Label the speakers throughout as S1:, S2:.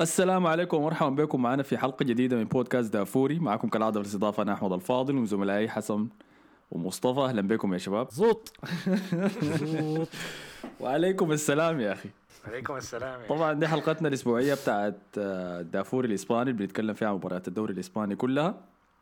S1: السلام عليكم ومرحبا بكم معنا في حلقة جديدة من بودكاست دافوري. معكم كالعادة في الاستضافة أنا أحمد الفاضل وزملائي حسن ومصطفى. أهلا بكم يا شباب.
S2: زوط.
S1: وعليكم السلام يا أخي.
S3: عليكم السلام.
S1: طبعا دي حلقتنا الأسبوعية بتاعت دافوري الإسباني اللي بنتكلم فيها عن مباريات الدوري الإسباني كلها.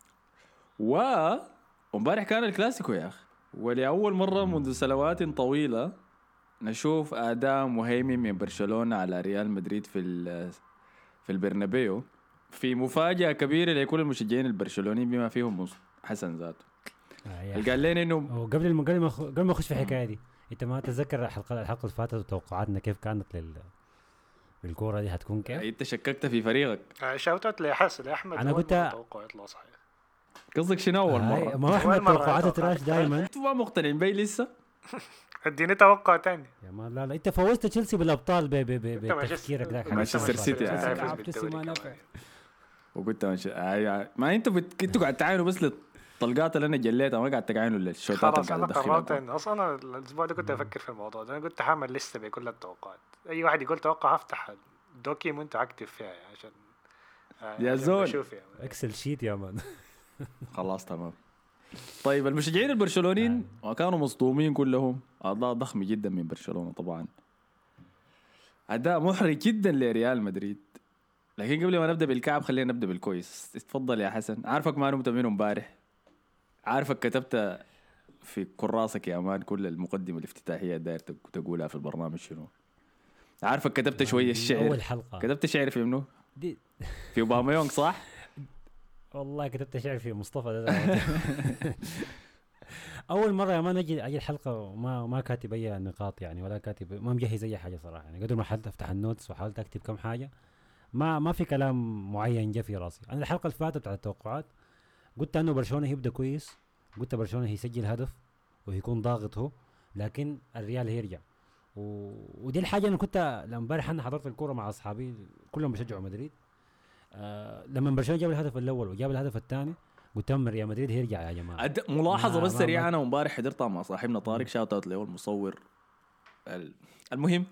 S1: ومبارح كان الكلاسيكو يا أخي، ولأول مرة منذ سنوات طويلة نشوف أداء مهيمن من برشلونة على ريال مدريد في البرنابيو، في مفاجأة كبيرة لكل المشجعين البرشلونيين بما فيهم حسن ذاته. قال لنا انه
S2: قبل ما اخش في الحكايه دي، انت ما تتذكر الحلقه اللي فاتت وتوقعاتنا كيف كانت للكوره دي هتكون كيف؟
S1: انت شككت في فريقك.
S3: شوتت لحسن لاحمد.
S2: انا قلت
S3: توقع يطلع صحيح.
S1: قصدك شنو اول مره؟
S2: ما احمد توقعاته تراش دائما.
S1: انتوا ما مقتنعين بي لسه؟
S3: اديني توقع تاني
S2: يا ما لا انت فوزت تشيلسي بالابطال بتفكيرك ذاك.
S1: مانشستر سيتي وقلت ما انتوا قاعد تعاينوا بس للطلقات اللي انا جليتها، ما قاعد تقعينوا للشوتات اللي قاعد ادخلها.
S3: اصلا الاسبوع ده كنت افكر في الموضوع ده. انا كنت حامل لسه بكل التوقعات، اي واحد يقول توقع افتح دوكيمنت اكتب فيها عشان
S1: يا زول
S2: اكسل شيت يا مان.
S1: خلاص تمام. طيب المشجعين البرشلونيين كانوا مصدومين كلهم. أداء ضخم جدا من برشلونة، طبعا أداء محرج جدا لريال مدريد. لكن قبل ما نبدأ بالكعب خلينا نبدأ بالكويس. اتفضل يا حسن. عارفك ما نمت منه امبارح، عارفك كتبت في كراسك يا مان كل المقدمة الافتتاحية داير تقولها في البرنامج شنو. عارفك كتبت شوية الشعر،
S2: أول حلقة
S1: كتبت شعر في منه في أوباميونغ صح؟
S2: والله كتبت شعر في مصطفى ده. اول مره يا مان اجي الحلقه ما كاتب اي نقاط يعني، ولا كاتب، ما مجهز اي حاجه صراحه يعني. قدر ما حد افتح النوتس وحاولت اكتب كم حاجه، ما في كلام معين جا في راسي. انا الحلقه اللي فاتت بتاعت التوقعات قلت انه برشلونه هيبدا كويس، قلت برشلونه هيسجل هدف وهيكون ضاغط هو، لكن الريال هيرجع. ودي الحاجه انا كنت امبارح انا حضرت الكوره مع اصحابي كلهم بيشجعوا مدريد. لما برشلونه جاب الهدف الاول وجاب الهدف الثاني قلت لهم ريال مدريد هيرجع يا جماعه.
S1: ملاحظه بس سريعه، انا امبارح حضرتها مع صاحبنا طارق، شاوت اوت له المصور المهم.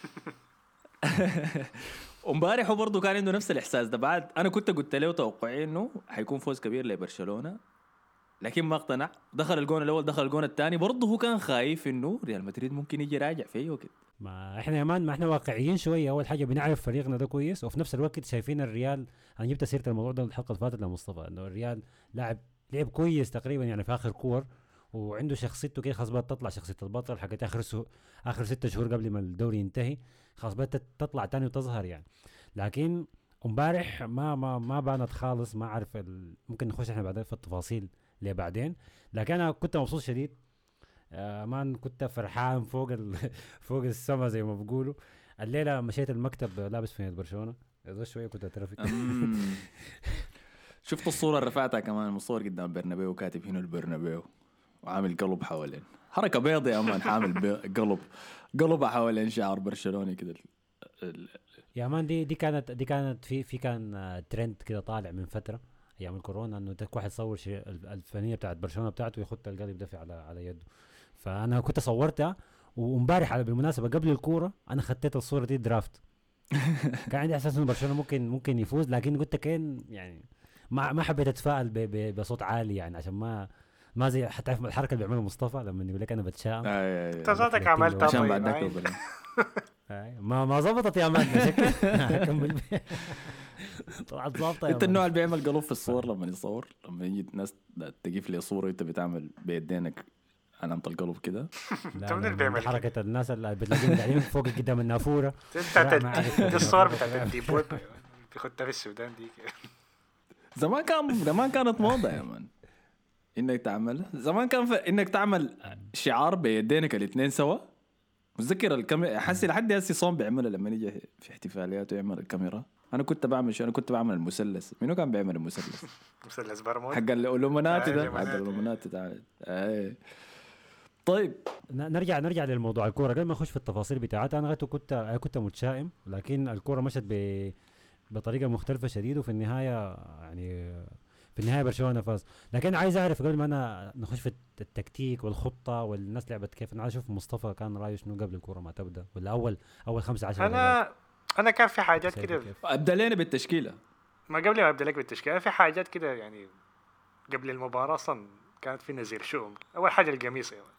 S1: امبارح وبرضه كان عنده نفس الاحساس ده. بعد انا كنت قلت له توقعي انه حيكون فوز كبير لبرشلونه، لكن ما اقتنع. دخل الجون الاول، دخل الجون الثاني، برضه هو كان خايف انه ريال مدريد ممكن يجي راجع فيه وكده.
S2: ما احنا يا مان، ما احنا واقعيين شويه. اول حاجه بنعرف فريقنا ده كويس، وفي نفس الوقت شايفين الريال. انا جبت سيره الموضوع ده الحلقه اللي فاتت لمصطفى، انه الريال لعب كويس تقريبا يعني في اخر كور، وعنده شخصيته كده خلاص بقت تطلع، شخصيه البطل حقت اخر 6 شهور قبل ما الدوري ينتهي، خلاص بقت تطلع تاني وتظهر يعني. لكن امبارح ما بانت خالص. ما اعرف ممكن نخش احنا بعدين في التفاصيل اللي بعدين، لكن انا كنت مبسوط شديد. مان كنت فرحان فوق السما زي ما بيقولوا. الليله مشيت المكتب لابس فين برشلونه، اذا شويه كنت اترفق.
S1: شفت الصوره اللي رفعتها كمان، مصور قدام البرنابيو كاتب هنا البرنابيو وعامل قلب حوالين، حركه بيض يا مان، حامل قلب حوالين شعار برشلوني كده.
S2: يا مان دي كانت في كان ترند كده طالع من فتره ايام الكورونا، انه واحد يصور شيء الفنيه بتاعت برشلونه بتاعته ويخط القلب دافع على يده. فانا كنت صورتها. وامبارح بالمناسبه قبل الكوره انا خطيت الصوره دي درافت. كان عندي احساس انه برشلونه ممكن يفوز، لكن قلت كان يعني ما حبيت اتفائل بصوت عالي يعني، عشان ما زي حتى الحركه اللي بيعملها مصطفى لما يقول لك انا بتشائم.
S3: انت ذاتك عملتها
S1: عشان بعدك
S2: ما ظبطت يا مان. هكمل طلعت ظابطه.
S1: انت النوع اللي بيعمل قلوب في الصور لما يصور، لما يجي ناس تجيب لي صوره انت بتعمل بيدينك علامه القلب كده.
S3: انت من اللي بيعمل
S2: حركه الناس اللي بتلاقيهم قاعدين فوق قدام النافوره.
S3: انت الصور بتاعت الديب ويب بيخدها في السودان دي.
S1: زمان كانت موضه يا مان انك تعمل. زمان كان انك تعمل شعار بيدينك الاثنين سوا. متذكر الكاميرا، حسي لحد هسه صوم بيعملها لما نيجي في احتفاليات ويعمل الكاميرا. انا كنت بعمل المثلث. منو كان بيعمل المثلث؟
S3: مثلث برمود
S1: حق الأولومناتي ده، حق الأولومناتي ده. طيب
S2: نرجع للموضوع الكوره قبل ما نخش في التفاصيل بتاعتها. انا كنت متشائم، لكن الكوره مشت بطريقه مختلفه شديد، وفي النهايه يعني في النهايه برشلونه فاز. لكن عايز اعرف قبل ما انا نخش في التكتيك والخطه والناس لعبت كيف، انا عايز اشوف مصطفى كان رايه شنو قبل الكوره ما تبدا، ولا اول 15
S3: انا انا كان في حاجات
S2: شايف
S3: كده
S2: كيف؟
S1: ابدا لنا بالتشكيله.
S3: ما قبل ما ابدا لك بالتشكيله في حاجات كده يعني قبل المباراه اصلا كانت في نزير شؤم. اول حاجه القميص يعني.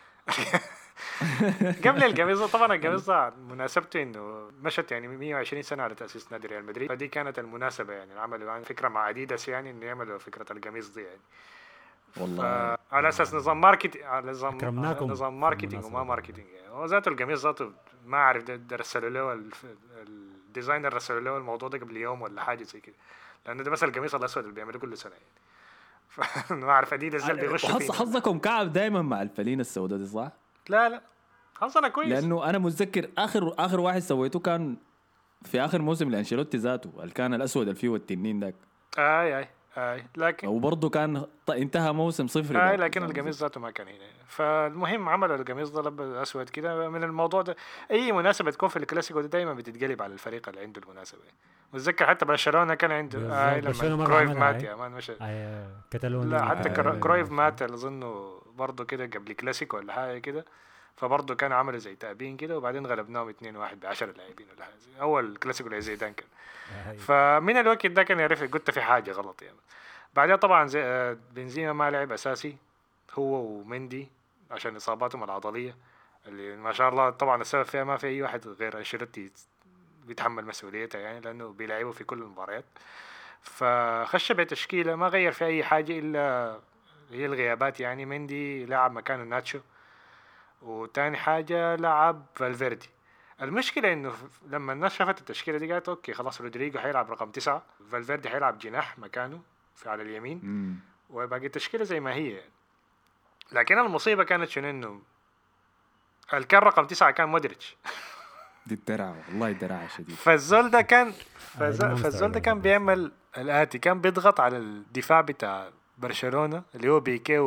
S3: قبل القميص طبعا القميص ده مناسبته انه مشت يعني 120 سنه على تاسيس نادي ريال مدريد، فدي كانت المناسبه يعني عملوا يعني فكره مع اديداس يعني انه يعملوا فكره القميص دي يعني.
S1: والله
S3: على اساس نظام ماركتينج، على
S2: أكرمناكم
S3: نظام
S2: في
S3: ماركتينج
S2: المناسبة
S3: وما
S2: دي.
S3: ماركتينج يعني. هو ذاته القميص ذاته ما اعرف رسلوا له الديزاينر رسلوا له الموضوع ده قبل يوم ولا حاجه زي كده، لانه ده بس القميص الاسود اللي بيعملوه كل سنه يعني. فما اعرف اديداس ده اللي بيغشوا فيه.
S1: حظكم كعب دائما مع الفلين السوداء دي صح؟
S3: لا حظنا كويس.
S1: لانه انا متذكر اخر واحد سويته كان في اخر موسم لانشيلوتي ذاته اللي كان الاسود اللي فيه والتنين داك،
S3: اي لكن
S1: وبرضه كان انتهى موسم صفري داك
S3: لكن
S1: إذا
S3: القميص
S1: متذكر.
S3: ذاته ما كان هنا. فالمهم عملوا القميص ده لبس اسود كده من الموضوع ده. اي مناسبه تكون في الكلاسيكو ده دايما بتتقلب على الفريق اللي عنده المناسبه. متذكر حتى برشلونه كان عنده
S2: بالظبط، برشلونة
S3: لما
S2: مرة
S3: كرويف
S2: عملها،
S3: مات
S2: أي.
S3: يا مان مشى.
S2: كتالونيا.
S3: لا حتى
S2: أيوة.
S3: كرويف مات اظنه برضه كده قبل كلاسيكو ولا حاجه كده، فبرضه كان عملوا زي تأبين كده وبعدين غلبناهم 2-1 ب10 لاعبين ولا حاجه. اول كلاسيكو لزيدان كان.
S2: أيوة.
S3: فمن الوقت ده كان يعرف قلت في حاجه غلط يعني. بعدين طبعا زي بنزيما ما لعب اساسي هو ومندي عشان اصاباتهم العضليه اللي ما شاء الله طبعا السبب فيها ما في اي واحد غير انشيلوتي بيتحمل مسؤوليتها يعني، لانه بيلعبوا في كل المباريات. فخش بتشكيله ما غير في اي حاجه الا هي الغيابات يعني. مندي لعب مكانه ناتشو، وتاني حاجه لعب فالفيردي. المشكله انه لما الناس شافت التشكيله دي قالت اوكي خلاص رودريجو حيلعب رقم 9، فالفيردي حيلعب جناح مكانه في على اليمين، وباقي التشكيله زي ما هي يعني. لكن المصيبه كانت شنو انه كان رقم 9 كان مودريتش.
S1: دي الدرعه والله الدرعه شديد.
S3: فالزول ده كان
S2: ما
S3: فالزول ده
S2: مستوعب
S3: كان بيعمل الاتي، كان بيضغط على الدفاع بتاع برشلونه اللي هو بيكي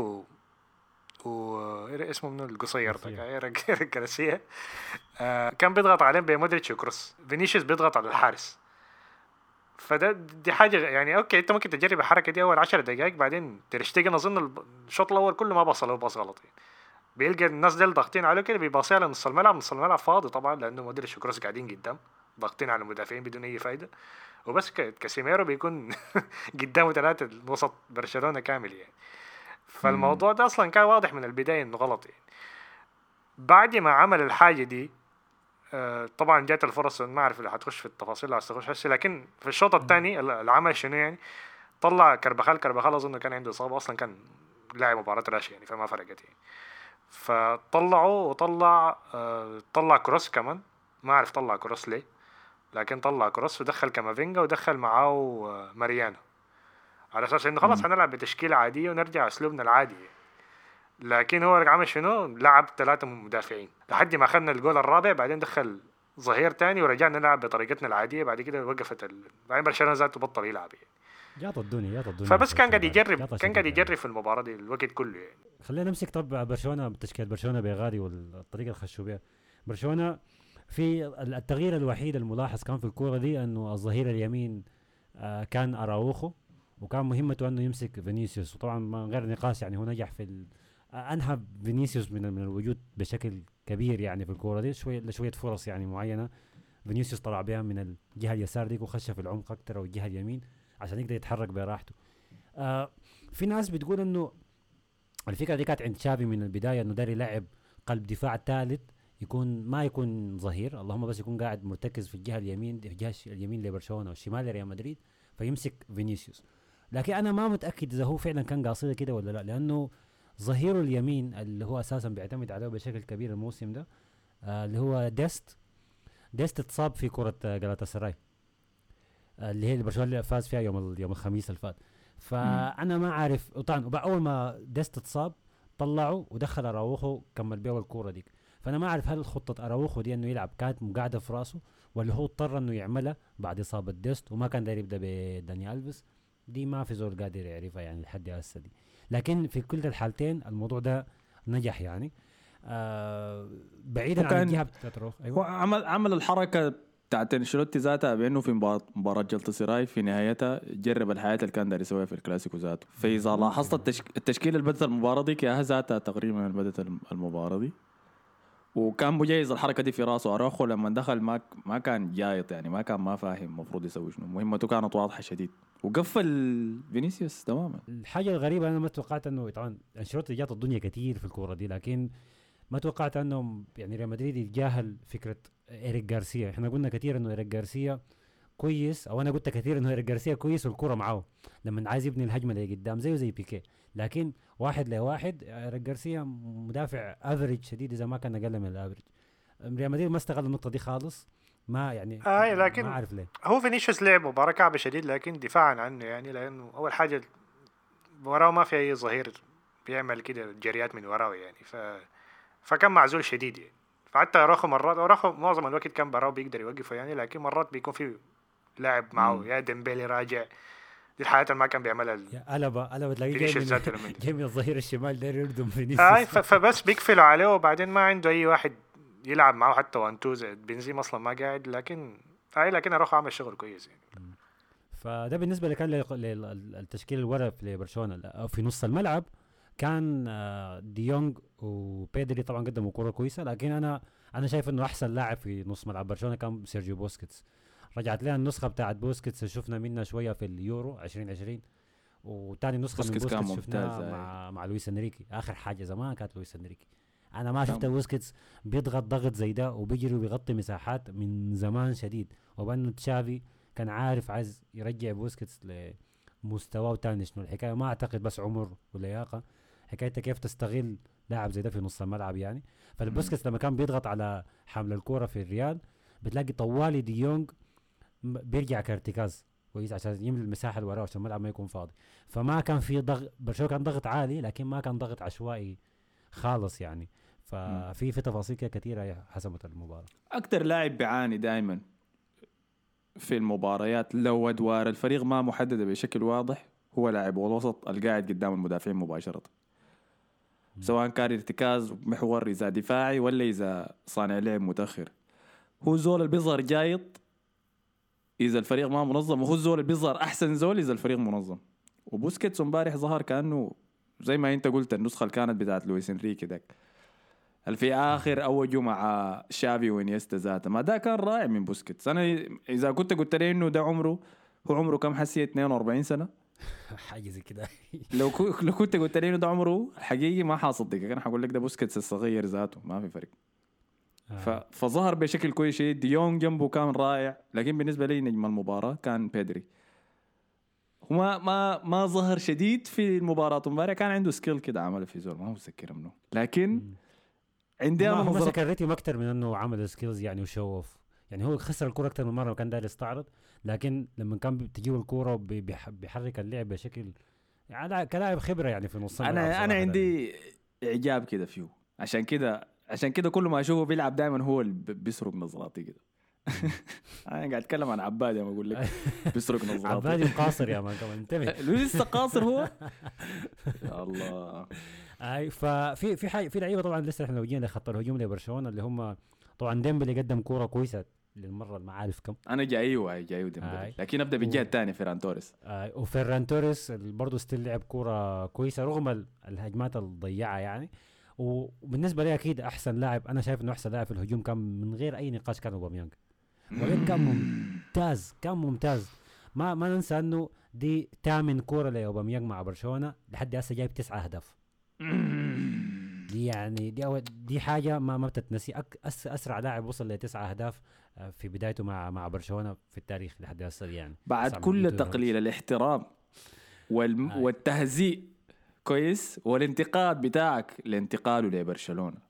S3: اسمه منو القصير ده جارسيا. كان بيضغط عليهم بمودريتش وكروس. فينيسيوس بيضغط على الحارس. دي حاجه يعني اوكي انت ممكن تجرب الحركه دي اول 10 دقائق، بعدين ترشتيجن اظن الشوط الاول كله ما بصله باص غلط يعني. بيلقى الناس دول ضاغطين عليه كده بيباصيها لنص الملعب، نص الملعب فاضي طبعا لانه مودريتش وكروس قاعدين قدام ضاغطين على المدافعين بدون اي فايده، وبس كاسيميرو بيكون قدامه 3 وسط برشلونه كامل يعني. فالموضوع ده اصلا كان واضح من البدايه انه غلط يعني. بعد ما عمل الحاجه دي طبعا جات الفرص، ما اعرف اللي حتخش في التفاصيل لا تخش هسه، لكن في الشوط الثاني العمل شنو يعني؟ طلع كربخال اظن كان عنده اصابه اصلا، كان لاعب مباراه راشي يعني فما فرقت يعني. فطلعوا وطلع طلع كروس كمان، ما اعرف طلع كروس ليه، لكن طلع كروس ودخل كامافينجا ودخل معاه ماريانو على اساس انه خلاص هنلعب بتشكيله عاديه ونرجع اسلوبنا العادي يعني. لكن هو عمل شنو؟ لعب 3 مدافعين لحد ما اخذنا الجول الرابع، بعدين دخل ظهير تاني ورجعنا نلعب بطريقتنا العاديه. بعد كده وقفت بعدين برشلونه ذاته بطل يلعب يعني.
S2: جات الدنيا
S3: فبس كان قاعد يجرب
S2: جاطة
S3: كان قاعد
S2: شديدة.
S3: يجرب في المباراه دي الوقت كله يعني.
S2: خلينا نمسك طب برشلونه بتشكيله برشلونه بغادي والطريقه اللي خشوا بها برشلونه. في التغيير الوحيد الملاحظ كان في الكوره دي انه الظهير اليمين كان اراوخو، وكان مهمته انه يمسك فينيسيوس، وطبعا من غير نقاش يعني هو نجح في انهى فينيسيوس من الوجود بشكل كبير يعني في الكوره دي. شويه فرص يعني معينه فينيسيوس طلع بها من الجهه اليسار دي وخش في العمق اكثر، او الجهه اليمين عشان يقدر يتحرك براحته. في ناس بتقول انه الفكره دي كانت عند شافي من البدايه، انه داري يلعب قلب دفاع ثالث ما يكون ظهير، اللهم بس يكون قاعد مرتكز في الجهه اليمين، في الجهه اليمين لبرشلونه والشمال لريال مدريد، فيمسك فينيسيوس. لكن انا ما متاكد اذا هو فعلا كان قاصده كده ولا لا، لانه ظهيره اليمين اللي هو اساسا بيعتمد عليه بشكل كبير الموسم ده اللي هو ديست اتصاب في كره جلاتاسراي اللي هي برشلونه فاز فيها يوم الخميس اللي فات. فانا ما عارف طبعا اول ما ديست اتصاب طلعوا ودخل اراوخو كمل بيه الكوره ديك. فانا ما اعرف هل خطه اراوخو دي انه يلعب كانت مقعده في راسه، ولا هو اضطر انه يعملها بعد اصابه ديست وما كان داير يبدا بداني الفيس. دي ما في زول قادر يعرفها يعني لحد هسه دي. لكن في كل الحالتين الموضوع ده نجح يعني. بعيدا عن الجهه بتاعت اراوخو.
S1: ايوه عمل الحركه بتاعت انشيلوتي ذاتها بانه في مباراه جلطسراي في نهايتها جرب الحياه اللي كان داير يسويها في الكلاسيكو ذاته. فاذا لاحظت التشكيله اللي بدت المباراه دي كانها ذاتها تقريبا بدت المباراه دي. وكان مجهز الحركه دي في راسه. اراخو لما دخل ما كان جايط يعني، ما فاهم المفروض يسوي شنو، مهمته كانت واضحه شديد وقفل فينيسيوس تماما.
S2: الحاجه الغريبه انا ما توقعت انه طبعا انشيلوتي جات الدنيا كتير في الكوره دي، لكن ما توقعت انه يعني ريال مدريد يتجاهل فكره إيريك غارسيا. احنا قلنا كثير انه إيريك غارسيا كويس، او انا قلت كثير انه إيريك غارسيا كويس والكره معاه لما عايز يبني الهجمه اللي قدام زي بيكي، لكن واحد لواحد إيريك غارسيا مدافع افريج شديد اذا ما كان اقل من الافريج. ريال مدريد ما استغل النقطه دي خالص، ما يعني
S3: لكن
S2: ما اعرف ليه.
S3: هو فينيسيوس لعب مباراه كعبه شديد، لكن دفاعا عنه يعني، لانه اول حاجه وراه ما في اي ظهير بيعمل كده جريات من وراه يعني، فكان معزول شديد يعني. فحتى اراخو معظم الوقت كان براه بيقدر يوقفه يعني، لكن مرات بيكون في لاعب معه يا ديمبيلي راجع، دي الحاجات اللي ما كان بيعملها
S2: يا قلبة تلاقيه جاي من الظهير الشمال ده يردم
S3: فينيسيوس. فبس بيقفلوا عليه، وبعدين ما عنده اي واحد يلعب معه حتى وانتوز. بنزيما اصلا ما قاعد، لكن اروح اعمل شغل كويس يعني.
S2: فده بالنسبه اللي كان للتشكيل الورق لبرشلونه. في نص الملعب كان ديونغ وبيدري طبعا قدموا كوره كويسه، لكن انا شايف انه احسن لاعب في نص ملعب برشلونه كان سيرجيو بوسكيتس. رجعت لنا النسخه بتاعت بوسكيتس شفنا منها شويه في اليورو 2020، وتاني نسخه من بوسكيتس شفناها مع لويس انريكي. اخر حاجه زمان كانت لويس انريكي. انا ما شفت بوسكيتس بيضغط ضغط زي ده وبيجري وبيغطي مساحات من زمان شديد، وبانه تشافي كان عارف عايز يرجع بوسكيتس لمستواه تاني. شنو الحكايه؟ ما اعتقد بس عمر ولياقه، حكايتك كيف تستغل لاعب زي ده في نص الملعب يعني. فالبوسكيتس لما كان بيضغط على حمل الكوره في الريال بتلاقي طوالي ديونغ بيرجع كارتكاز كويس عشان يملي المساحه اللي وراه عشان الملعب ما يكون فاضي. فما كان في ضغط، برشلونه كان ضغط عالي لكن ما كان ضغط عشوائي خالص يعني. ففي تفاصيل كثيره حسمت المباراه.
S1: اكتر لاعب بيعاني دائما في المباريات لو ادوار الفريق ما محدده بشكل واضح هو لاعب الوسط القاعد قدام المدافعين مباشره، سواء كان ارتكاز محور اذا دفاعي ولا اذا صانع لعب متاخر. هو زول اللي بيظهر جايط اذا الفريق ما منظم، وهو الزول اللي بيظهر احسن زول اذا الفريق منظم. وبوسكيتس امبارح ظهر كانه زي ما انت قلت النسخه اللي كانت بتاعت لويس انريكي داك في اخر اوجه مع شافي وانيستا ذاته، ما ده كان رائع من بوسكيتس. انا اذا كنت قلت لي انه ده عمره كم حسيه 42 سنه
S2: حاجه زي كده
S1: لو كنت قلت لي انه ده عمره الحقيقي ما حاصدقك، انا حقول لك ده بوسكيتس الصغير ذاته ما في فرق. فظهر بشكل كويس شديد. ديون جنبه كان رائع، لكن بالنسبه لي نجم المباراه كان بيدري. هو ما ظهر شديد في المباراه امبارح، كان عنده سكيل كده عمله في زول ما متذكر منه، لكن عندي
S2: انا نظرة كريتي اكثر من انه عمل سكيلز يعني وشو اوف. يعني هو خسر الكرة اكثر من مره وكان داير يستعرض، لكن لما كان بتجيب الكرة بيحرك اللعب بشكل يعني كلاعب خبره يعني في نص الملعب.
S1: انا عندي اعجاب كده فيه، عشان كده كل ما اشوفه بيلعب دائما هو اللي بيسرق نظراتي كده. انا قاعد اتكلم عن عباد يا ما اقول لك بيسرق نظراتي.
S2: عبادي قاصر يا مان كمان انتبه
S1: لسه قاصر هو. يا الله.
S2: في حاجه في لعيبه طبعا لسه احنا لو جينا لخط الهجوم لبرشلونه اللي هم طبعا ديمبلي قدم كوره كويسه للمره المعارف كم.
S1: انا جاي ديمبلي لكن ابدا بالجهه الثانيه فيران توريس.
S2: وفيران توريس برضه ستيل لعب كوره كويسه رغم الهجمات الضيعه يعني. وبالنسبه لي اكيد احسن لاعب، انا شايف انه احسن لاعب في الهجوم كان من غير اي نقاش كان اوباميانج. وين كان ممتاز. ما ننسى انه دي 8 كوره لاوباميانج مع برشلونه لحد هسه جايب 9 اهداف. دي يعني دي حاجه ما بتتنسي. اسرع لاعب وصل ل9 اهداف في بدايته مع برشلونه في التاريخ لحد هسه يعني.
S1: بعد كل تقليل الاحترام والتهزيء كويس والانتقاد بتاعك لانتقاله لبرشلونه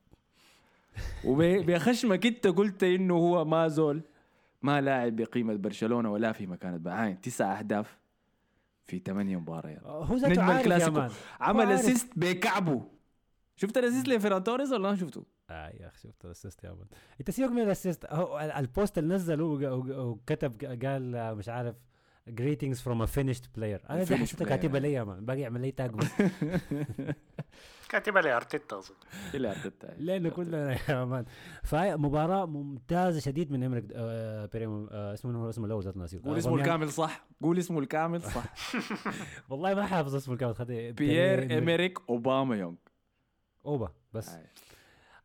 S1: وبخشمك انت قلت انه هو ما زول ما لاعب بقيمه برشلونه ولا في مكانه بعين. 9 اهداف في 8 مباريات.
S2: نجم الكلاسيكو
S1: عمل اسيست بكعبه. شفت الاسيست لفيران توريس ولا ما شفته؟
S2: يا اخي شفت الاسيست يا مان. انت سيبك من الاسيست. البوست اللي نزله وكتب قال مش عارف greetings from a finished player. انا دي حسيته كاتبه لي يا مان باقي يعمل لي تاج بس.
S3: كاتبه لي ارتيتا اظن.
S1: اللي ارتيتا
S2: لانه كلنا يا مان. فمباراه ممتازه شديد من امريك اسمه الاول ذات ناسي.
S1: قول اسمه الكامل صح. قول اسمه الكامل صح.
S2: والله ما حافظ اسمه الكامل.
S1: بيير إمريك أوباميانج.
S2: اوبا بس.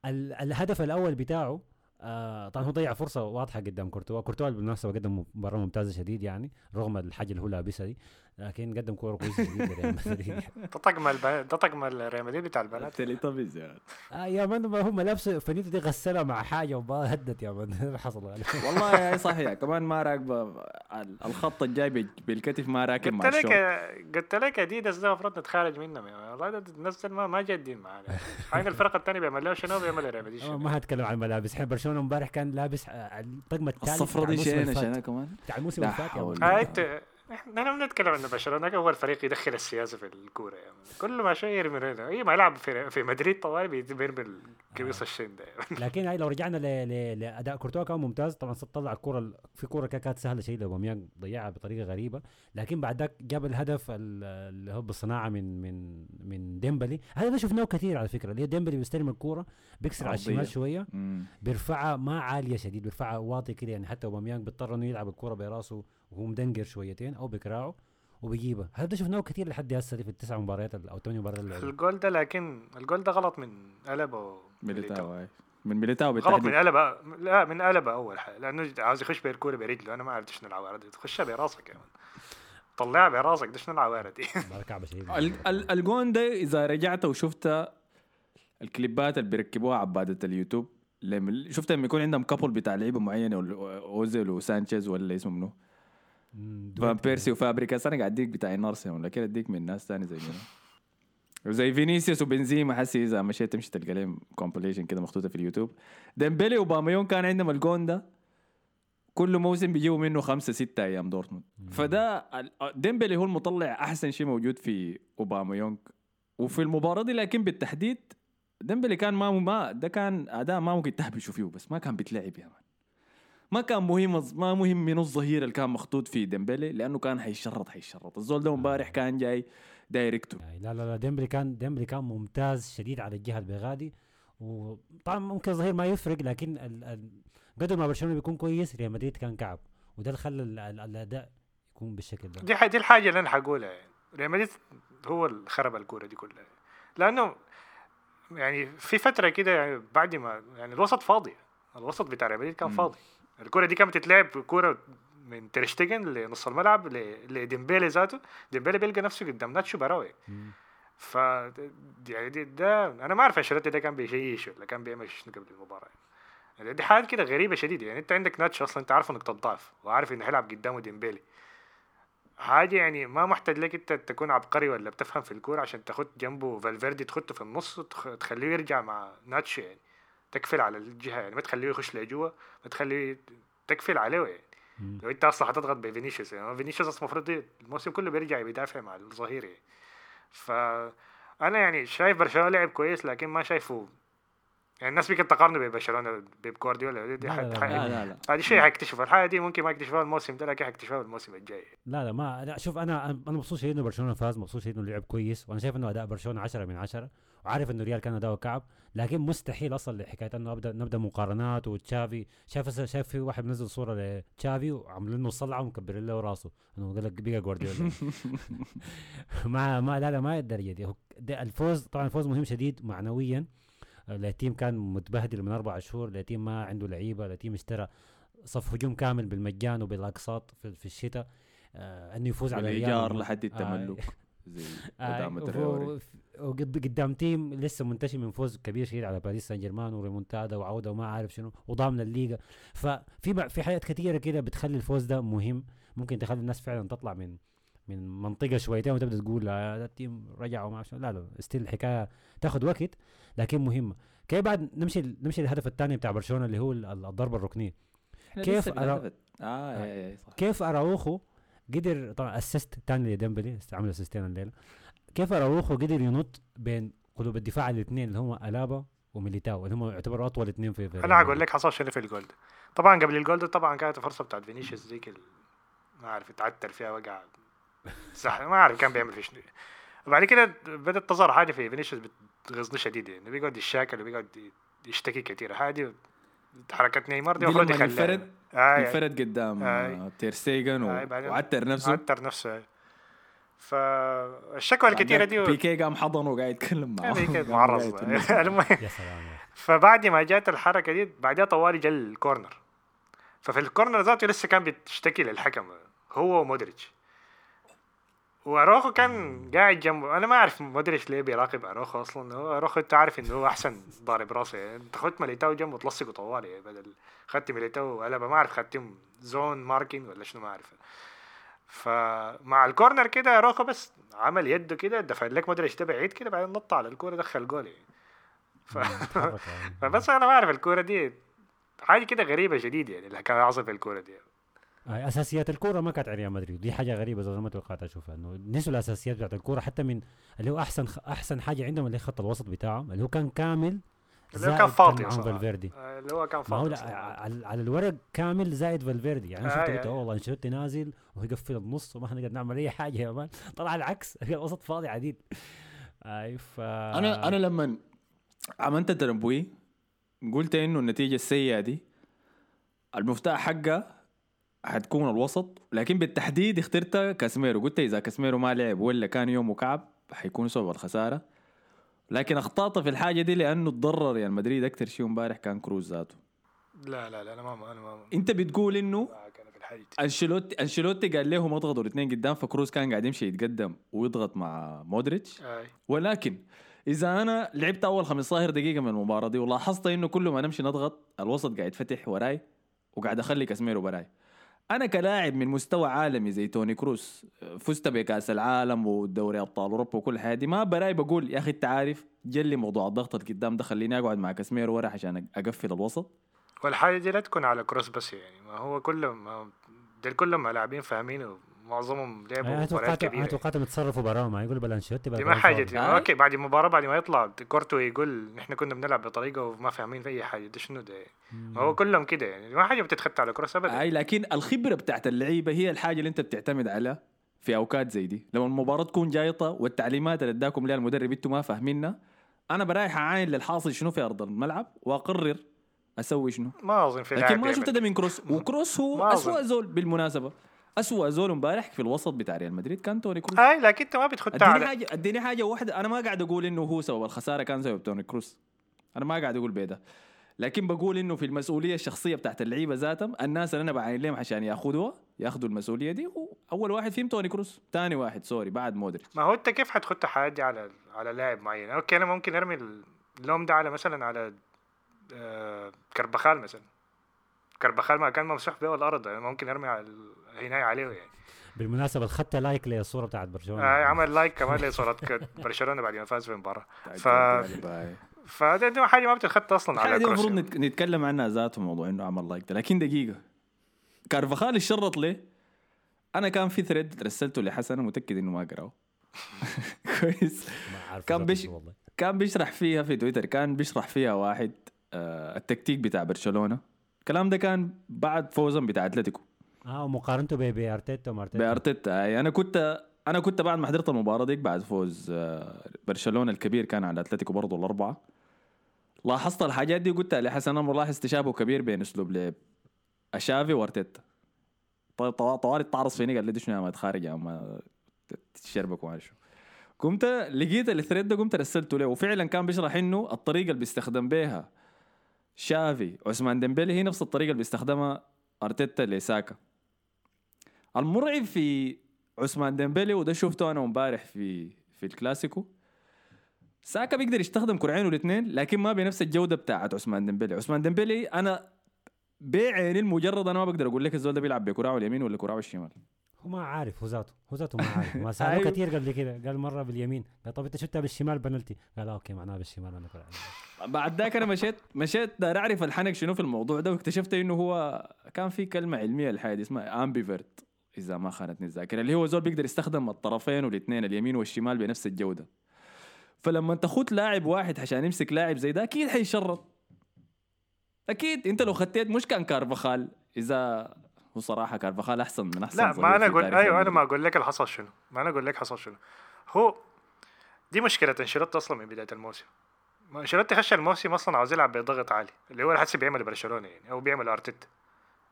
S2: الهدف الاول بتاعه طبعا هو ضيع فرصه واضحه قدام كورتوا بالمناسبه قدم مباراه ممتازه شديد يعني رغم الحاجه اللي هو لابسها دي، لكن قدم كوره كويسه جدا لريال مدريد.
S3: ده طقم ريال مدريد بتاع البنات.
S1: تلي طبيز يعني.
S2: يا مان ما هم لابسه فنيته دي غسلها مع حاجه وهدت يا مان. حصل
S1: والله يا صحيح كمان ما راكبه الخط الجاي بالكتف ما راكب مع الشوط.
S3: قلت لك اديداس ده المفروض نتخارج منهم والله. ده الناس ما جادين معانا. حين الفرقه الثانيه بيعمل شنو بيعمل ريال مدريد.
S2: ما هتكلم عن الملابس. احنا برشلونه امبارح كان لابس الطقم الثالث
S1: الصفرة دي شينا كمان
S2: بتاع الموسم اللي فات.
S3: احنا بنتكلم عن برشلونه اول فريق يدخل السياسه في الكوره يعني. كل ما شيء يرمي هنا اي ما يلعب في مدريد طوال بيرمي القميص الشين ده يعني.
S2: لكن هاي لو رجعنا لاداء كورتوا كان ممتاز طبعا. طلع الكره في كوره كانت سهله شيء لأوباميانغ ضيعها بطريقه غريبه، لكن بعد ذاك جاب الهدف اللي هو بالصناعه من ديمبلي. هذا ده شفناه كثير على فكره، اللي ديمبلي بيستلم الكوره بيكسر على الشمال شويه بيرفعها ما عاليه شديد، بيرفعها واطي كده يعني. حتى أوباميانغ بيضطر انه يلعب الكوره براسه وهو مدنجر شويتين او بكراعه وبيجيبها. هذا شفناه كثير لحد هسه في التسع مباريات او 8 مباريات
S3: الجول ده. لكن الجول ده غلط من ألابا
S1: من ميليتاو
S3: بالتحديد. غلط من ألابا. لا من ألابا اول حاجه لانه عاوز يخش بالكوره برجله. انا ما عرفت شنو العوارض. تخشها براسك كمان طلعها براسك. ده شنو العوارض دي.
S1: الجون ده اذا رجعت وشفت الكليبات اللي بيركبوها عبادة اليوتيوب شفت لما يكون عندهم كابل بتاع لعيبه معينه اوزيل وسانشيز ولا اسمه منو فان بيرسي وفابريكاس. انا قاعد اديك بتاع نارسيا ولا كده اديك من ناس ثاني زي كده وزي فينيسيوس وبنزيما. حسي اذا مشيت تمشي تلقى لهم كومبيليشن كده مخطوطه في اليوتيوب. ديمبلي وباميون كان عندهم الجون ده كل موسم بيجيبوا منه 5-6 ايام دورتموند. فده ديمبلي هو المطلع احسن شيء موجود في اوباميونغ وفي المباراه دي. لكن بالتحديد ديمبلي كان ما ده كان اداء ما ممكن تهبشوا فيه، بس ما كان بيتلعب يا مان. ما كان مهم من الظهير اللي كان مخطوط في ديمبلي لانه كان هيشرط الزول ده امبارح كان جاي دايركتو.
S2: لا ديمبلي كان ممتاز شديد على الجهه البيغادي. وطبعا ممكن الظهير ما يفرق، لكن قدر ما برشلونه بيكون كويس ريال مدريد كان كعب، وده اللي خلى الاداء يكون بالشكل ده.
S3: دي الحاجه اللي انا حقولها يعني. ريال مدريد هو اللي خرب الكوره دي كلها، لانه يعني في فتره كده يعني بعد ما يعني الوسط فاضي. الوسط بتاع ريال مدريد كان فاضي. الكوره دي كانت بتتلعب كوره من تيرشتيجن لنص الملعب لديمبيلي ذاته. ديمبيلي بيلقى نفسه قدام ناتشو براوي. ف يعني ده انا ما اعرف انشيلوتي ده كان بيشيش ولا كان بيعمل شنو قبل المباراه يعني. دي حاجه كده غريبه شديده يعني. انت عندك ناتشو اصلا انت عارف انك تضعف وعارف انه هيلعب قدامه ديمبيلي. حاجه يعني ما محتاج لك انت تكون عبقري ولا بتفهم في الكوره عشان تاخد جنبه فالفيردي تخطه في النص تخليه يرجع مع ناتشو يعني. تكفل على الجهه يعني، ما تخليه يخش لجوا، ما تخليه تكفل عليه يعني. لو انت اصلا هتضغط بفينيسيوس يعني. فينيسيوس اصلا المفروض الموسم كله بيرجع بيدافع مع الظهير يعني. فانا يعني شايف برشلونه لعب كويس، لكن ما شايفه يعني. الناس بيك تقارنه ببرشلونه بجوارديولا. دي
S1: لا
S3: هذه شيء هيكتشفها. الحاجه دي ممكن ما يكتشفها الموسم ده، لكن هيكتشفها الموسم الجاي.
S2: لا شوف انا مبسوط شديد انه برشلونه فاز، مبسوط شديد انه لعب كويس، وانا شايف انه اداء برشلونه 10 من 10، وعارف انه ريال كان اداؤه كعب. لكن مستحيل اصلا حكايه انه نبدا مقارنات. وتشافي شايف في واحد منزل صوره لتشافي وعاملين له صلعه ومكبرين له راسه انه قال لك بقى جوارديولا. ما الدرجه دي. الفوز طبعا الفوز مهم شديد معنويا. التيم كان متبهدل من 4 شهور، التيم ما عنده لعيبه، التيم اشترى صف هجوم كامل بالمجان وبالاقساط في الشتاء. انه يفوز على
S1: الريال لحد التملك زي
S2: قدام تيم لسه منتشي من فوز كبير شديد على باريس سان جيرمان وريمونتادا وعوده وما عارف شنو وضامن الليغا. ففي حاجات كثيره كده بتخلي الفوز ده مهم، ممكن تخلي الناس فعلا تطلع من منطقه شويتين وتبدا تقول لا التيم رجع وما عارف. لا استيل الحكايه تاخذ وقت لكن مهمه. كيف بعد نمشي للهدف الثاني بتاع برشلونه اللي هو الضربه الركنيه. كيف اراوخو قدر طبعا اسست ثاني لديمبلي عمل اسيستين الليله. كيف اراوخو قدر ينط بين قلوب الدفاع الاثنين اللي هم ألابا وميليتاو اللي هم يعتبروا اطول اثنين في
S3: انا هقول لك حصل شنو في الجول ده. طبعا قبل الجول ده طبعا كانت فرصه بتاعت فينيسيوس ذيك ما عارف اتعتر فيها وقع صح ما عارف كان بيعمل فيش. وبعد كده بدات تظهر حاجه في فينيسيوس بتغزني شديد يعني. بيقعد يشاكل وبيقعد يشتكي كثير. حاجه حركه نيمار دي المفروض
S1: يخليها الفرد قدام تير ستيجن وعتر نفسه.
S3: فالشكوى الكثيره دي
S1: بيكي قام حضنه وقاعد يتكلم معه
S3: بيكي معرض المهم
S2: يا سلام.
S3: فبعد ما جات الحركه دي بعدها طوالي جا الكورنر. ففي الكورنر ذاته لسه كان بيشتكي للحكم هو ومودريتش، واروخو كان قاعد جنبه. انا ما اعرف مودريتش ليه بيراقب اروخو اصلا. هو اروخو انت عارف انه هو احسن ضارب راسه يعني. انت خدت ميليتاو جنبه تلصقه طوالي يعني بدل خدت ميليتاو قلبه ما اعرف خدتهم زون ماركين ولا شنو ما اعرف. فمع الكورنر كده اروخو بس عمل يده كده دفع لك مودريتش ده بعيد كده بعدين نط على الكوره دخل جول يعني. فبس انا ما اعرف الكوره دي حاجه كده غريبه شديد يعني اللي كان عاصف الكوره دي.
S2: اساسيات الكوره ما كانت على ريال مدريد، دي حاجه غريبه زي ما توقعت اشوفها، انه نسوا الاساسيات بتاعت الكوره حتى من اللي هو احسن حاجه عندهم اللي خط الوسط بتاعهم اللي هو كان كامل،
S3: اللي هو كان فاضي
S2: فالفيردي.
S3: اللي هو كان فاضي
S2: على الورق كامل زائد فالفيردي يعني. انا شفت والله انشيلوتي نازل وهو يقفل النص وما نقدر نعمل اي حاجه يا مان. طلع العكس الوسط فاضي عديد.
S1: انا لما عملت تنبوي قلت انه النتيجه السيئه دي المفتاح حقها حتكون الوسط، لكن بالتحديد اخترت كاسميرو. قلت اذا كاسميرو ما لعب ولا كان يومه كعب حيكون سبب الخساره، لكن اخطأت في الحاجه دي لانه تضرر يعني مدريد اكثر شيء امبارح كان كروز ذاته.
S3: لا انا ما
S1: انت بتقول انه انشيلوتي قال لهم اضغطوا الاثنين قدام، فكروز كان قاعد يمشي يتقدم ويضغط مع مودريتش. ولكن اذا انا لعبت اول 15 دقيقه من المباراه دي ولاحظت انه كل ما نمشي نضغط الوسط قاعد يفتح وراي وقاعد اخلي كاسميرو براي، انا كلاعب من مستوى عالمي زي توني كروس فزت بكاس العالم والدوري ابطال اوروبا وكل حاجه دي، ما براي بقول يا اخي انت عارف جلي موضوع الضغط القدام ده خليني اقعد مع كاسميرو ورا عشان اقفل الوسط.
S3: والحاجه دي لا تكون على كروس بس يعني، ما هو كلهم لاعبين فاهمين ومعظمهم لعبوا مباريات كبيره.
S2: انا توقعت متصرفوا براهم ما يقول بلانشيتي
S3: دي ما حاجه دي. اوكي بعد المباراه بعد ما يطلع كورتو يقول نحن كنا بنلعب بطريقه وما فاهمين في اي حاجه. ده شنو ده؟ هو كلهم كده يعني ما حاجه بتتخطى على كروس ابدا.
S1: اي لكن الخبره بتاعت اللعيبه هي الحاجه اللي انت بتعتمد عليها في اوقات زي دي. لما المباراه تكون جايطه والتعليمات اللي اداكم ليها المدرب انتم ما فاهمينها، انا برايح اعاين للحاصل شنو في ارض الملعب واقرر اسوي شنو.
S3: ما اظن في
S1: لكن ما شفت ده من كروس. وكروس هو اسوأ زول بالمناسبه، اسوأ زول امبارح في الوسط بتاع ريال مدريد كان توني كروس.
S3: لكن انت ما بتخدها على
S1: اديني حاجه واحده. انا ما قاعد اقول انه هو سبب الخساره كان سبب توني كروس، انا ما قاعد اقول بيده، لكن بقول انه في المسؤوليه الشخصيه بتاعت اللعيبه ذاتهم، الناس اللي انا بعين لهم عشان ياخذوا المسؤوليه دي، اول واحد فيهم توني كروس، ثاني واحد سوري بعد مودريتش.
S3: ما هو انت كيف حتخط حاجه دي على لاعب معين؟ اوكي انا ممكن ارمي اللوم ده على مثلا على كربخال مثلا. كربخال ما كان ممسوح به الارض يعني ممكن ارمي هنا عليه يعني.
S2: بالمناسبه خدت لايك للصوره بتاعت برشلونه.
S3: عمل لايك كمان لصوره برشلونه بعد ما فاز في المباراه. فده حاجه ما بتتخطى اصلا على كروس.
S1: المفروض نتكلم عنها ذاته موضوع انه عمل لايك ده. لكن دقيقه كارفاخال الشرط ليه؟ انا كان في ثريد رسلته لحسن متاكد انه ما قراه كويس. كان بيشرح فيها في تويتر، كان بيشرح فيها واحد التكتيك بتاع برشلونه. الكلام ده كان بعد فوزهم بتاع اتلتيكو
S2: ومقارنته بارتيتا
S1: بارتيتا. انا كنت بعد ما حضرت المباراه ديك بعد فوز برشلونه الكبير كان على اتلتيكو برضه الاربعه، لاحظت الحاجات دي وقلت لحسن انا ملاحظ تشابه كبير بين اسلوب لعب اشافي وارتيتا. طوالي تعرص فيني قال لي شنو ما تخارج يا ما تشربك وما شو. قمت لقيت الثريد ده قمت رسلته له، وفعلا كان بيشرح انه الطريقه اللي بيستخدم بها شافي عثمان ديمبélé هي نفس الطريقه اللي بيستخدمها ارتيتا لساكا. المرعب في عثمان ديمبélé وده شفته انا امبارح في الكلاسيكو، ساكا بيقدر يستخدم كرعين والاثنين لكن ما بنفس الجوده بتاعت عثمان ديمبélé. انا بعين المجرد انا ما بقدر اقول لك الزول ده بيلعب بكرعه اليمين ولا كرعه الشمال.
S2: هو ما عارف، هو ذاته ما عارف. ما سألوه كتير قبل كده، قال مرة باليمين، قال طب انت شفتها بالشمال بنالتي، قال اوكي معناها بالشمال انا كرة.
S1: بعد ذاك انا مشيت دار اعرف الحنك شنو في الموضوع ده، واكتشفت انه هو كان في كلمة علمية الحاجة دي اسمها امبيفيرت اذا ما خانتني الذاكرة، اللي هو زول بيقدر يستخدم الطرفين والاثنين اليمين والشمال بنفس الجودة. فلما انت خدت لاعب واحد عشان يمسك لاعب زي ده اكيد حيشرط. اكيد انت لو خديت مش كان كارفاخال، اذا هو صراحة كارفاخال أحسن من أحسن.
S3: لا ما أنا أقول أيوة أنا ما أقول لك الحصل شنو، ما أنا أقول لك حصل شنو. هو دي مشكلة انشيلوتي أصلا من بداية الموسم. انشيلوتي خش الموسم أصلا عاوز يلعب بضغط عالي اللي هو الحسي بيعمل برشلونة يعني أو بيعمل أرتيتا.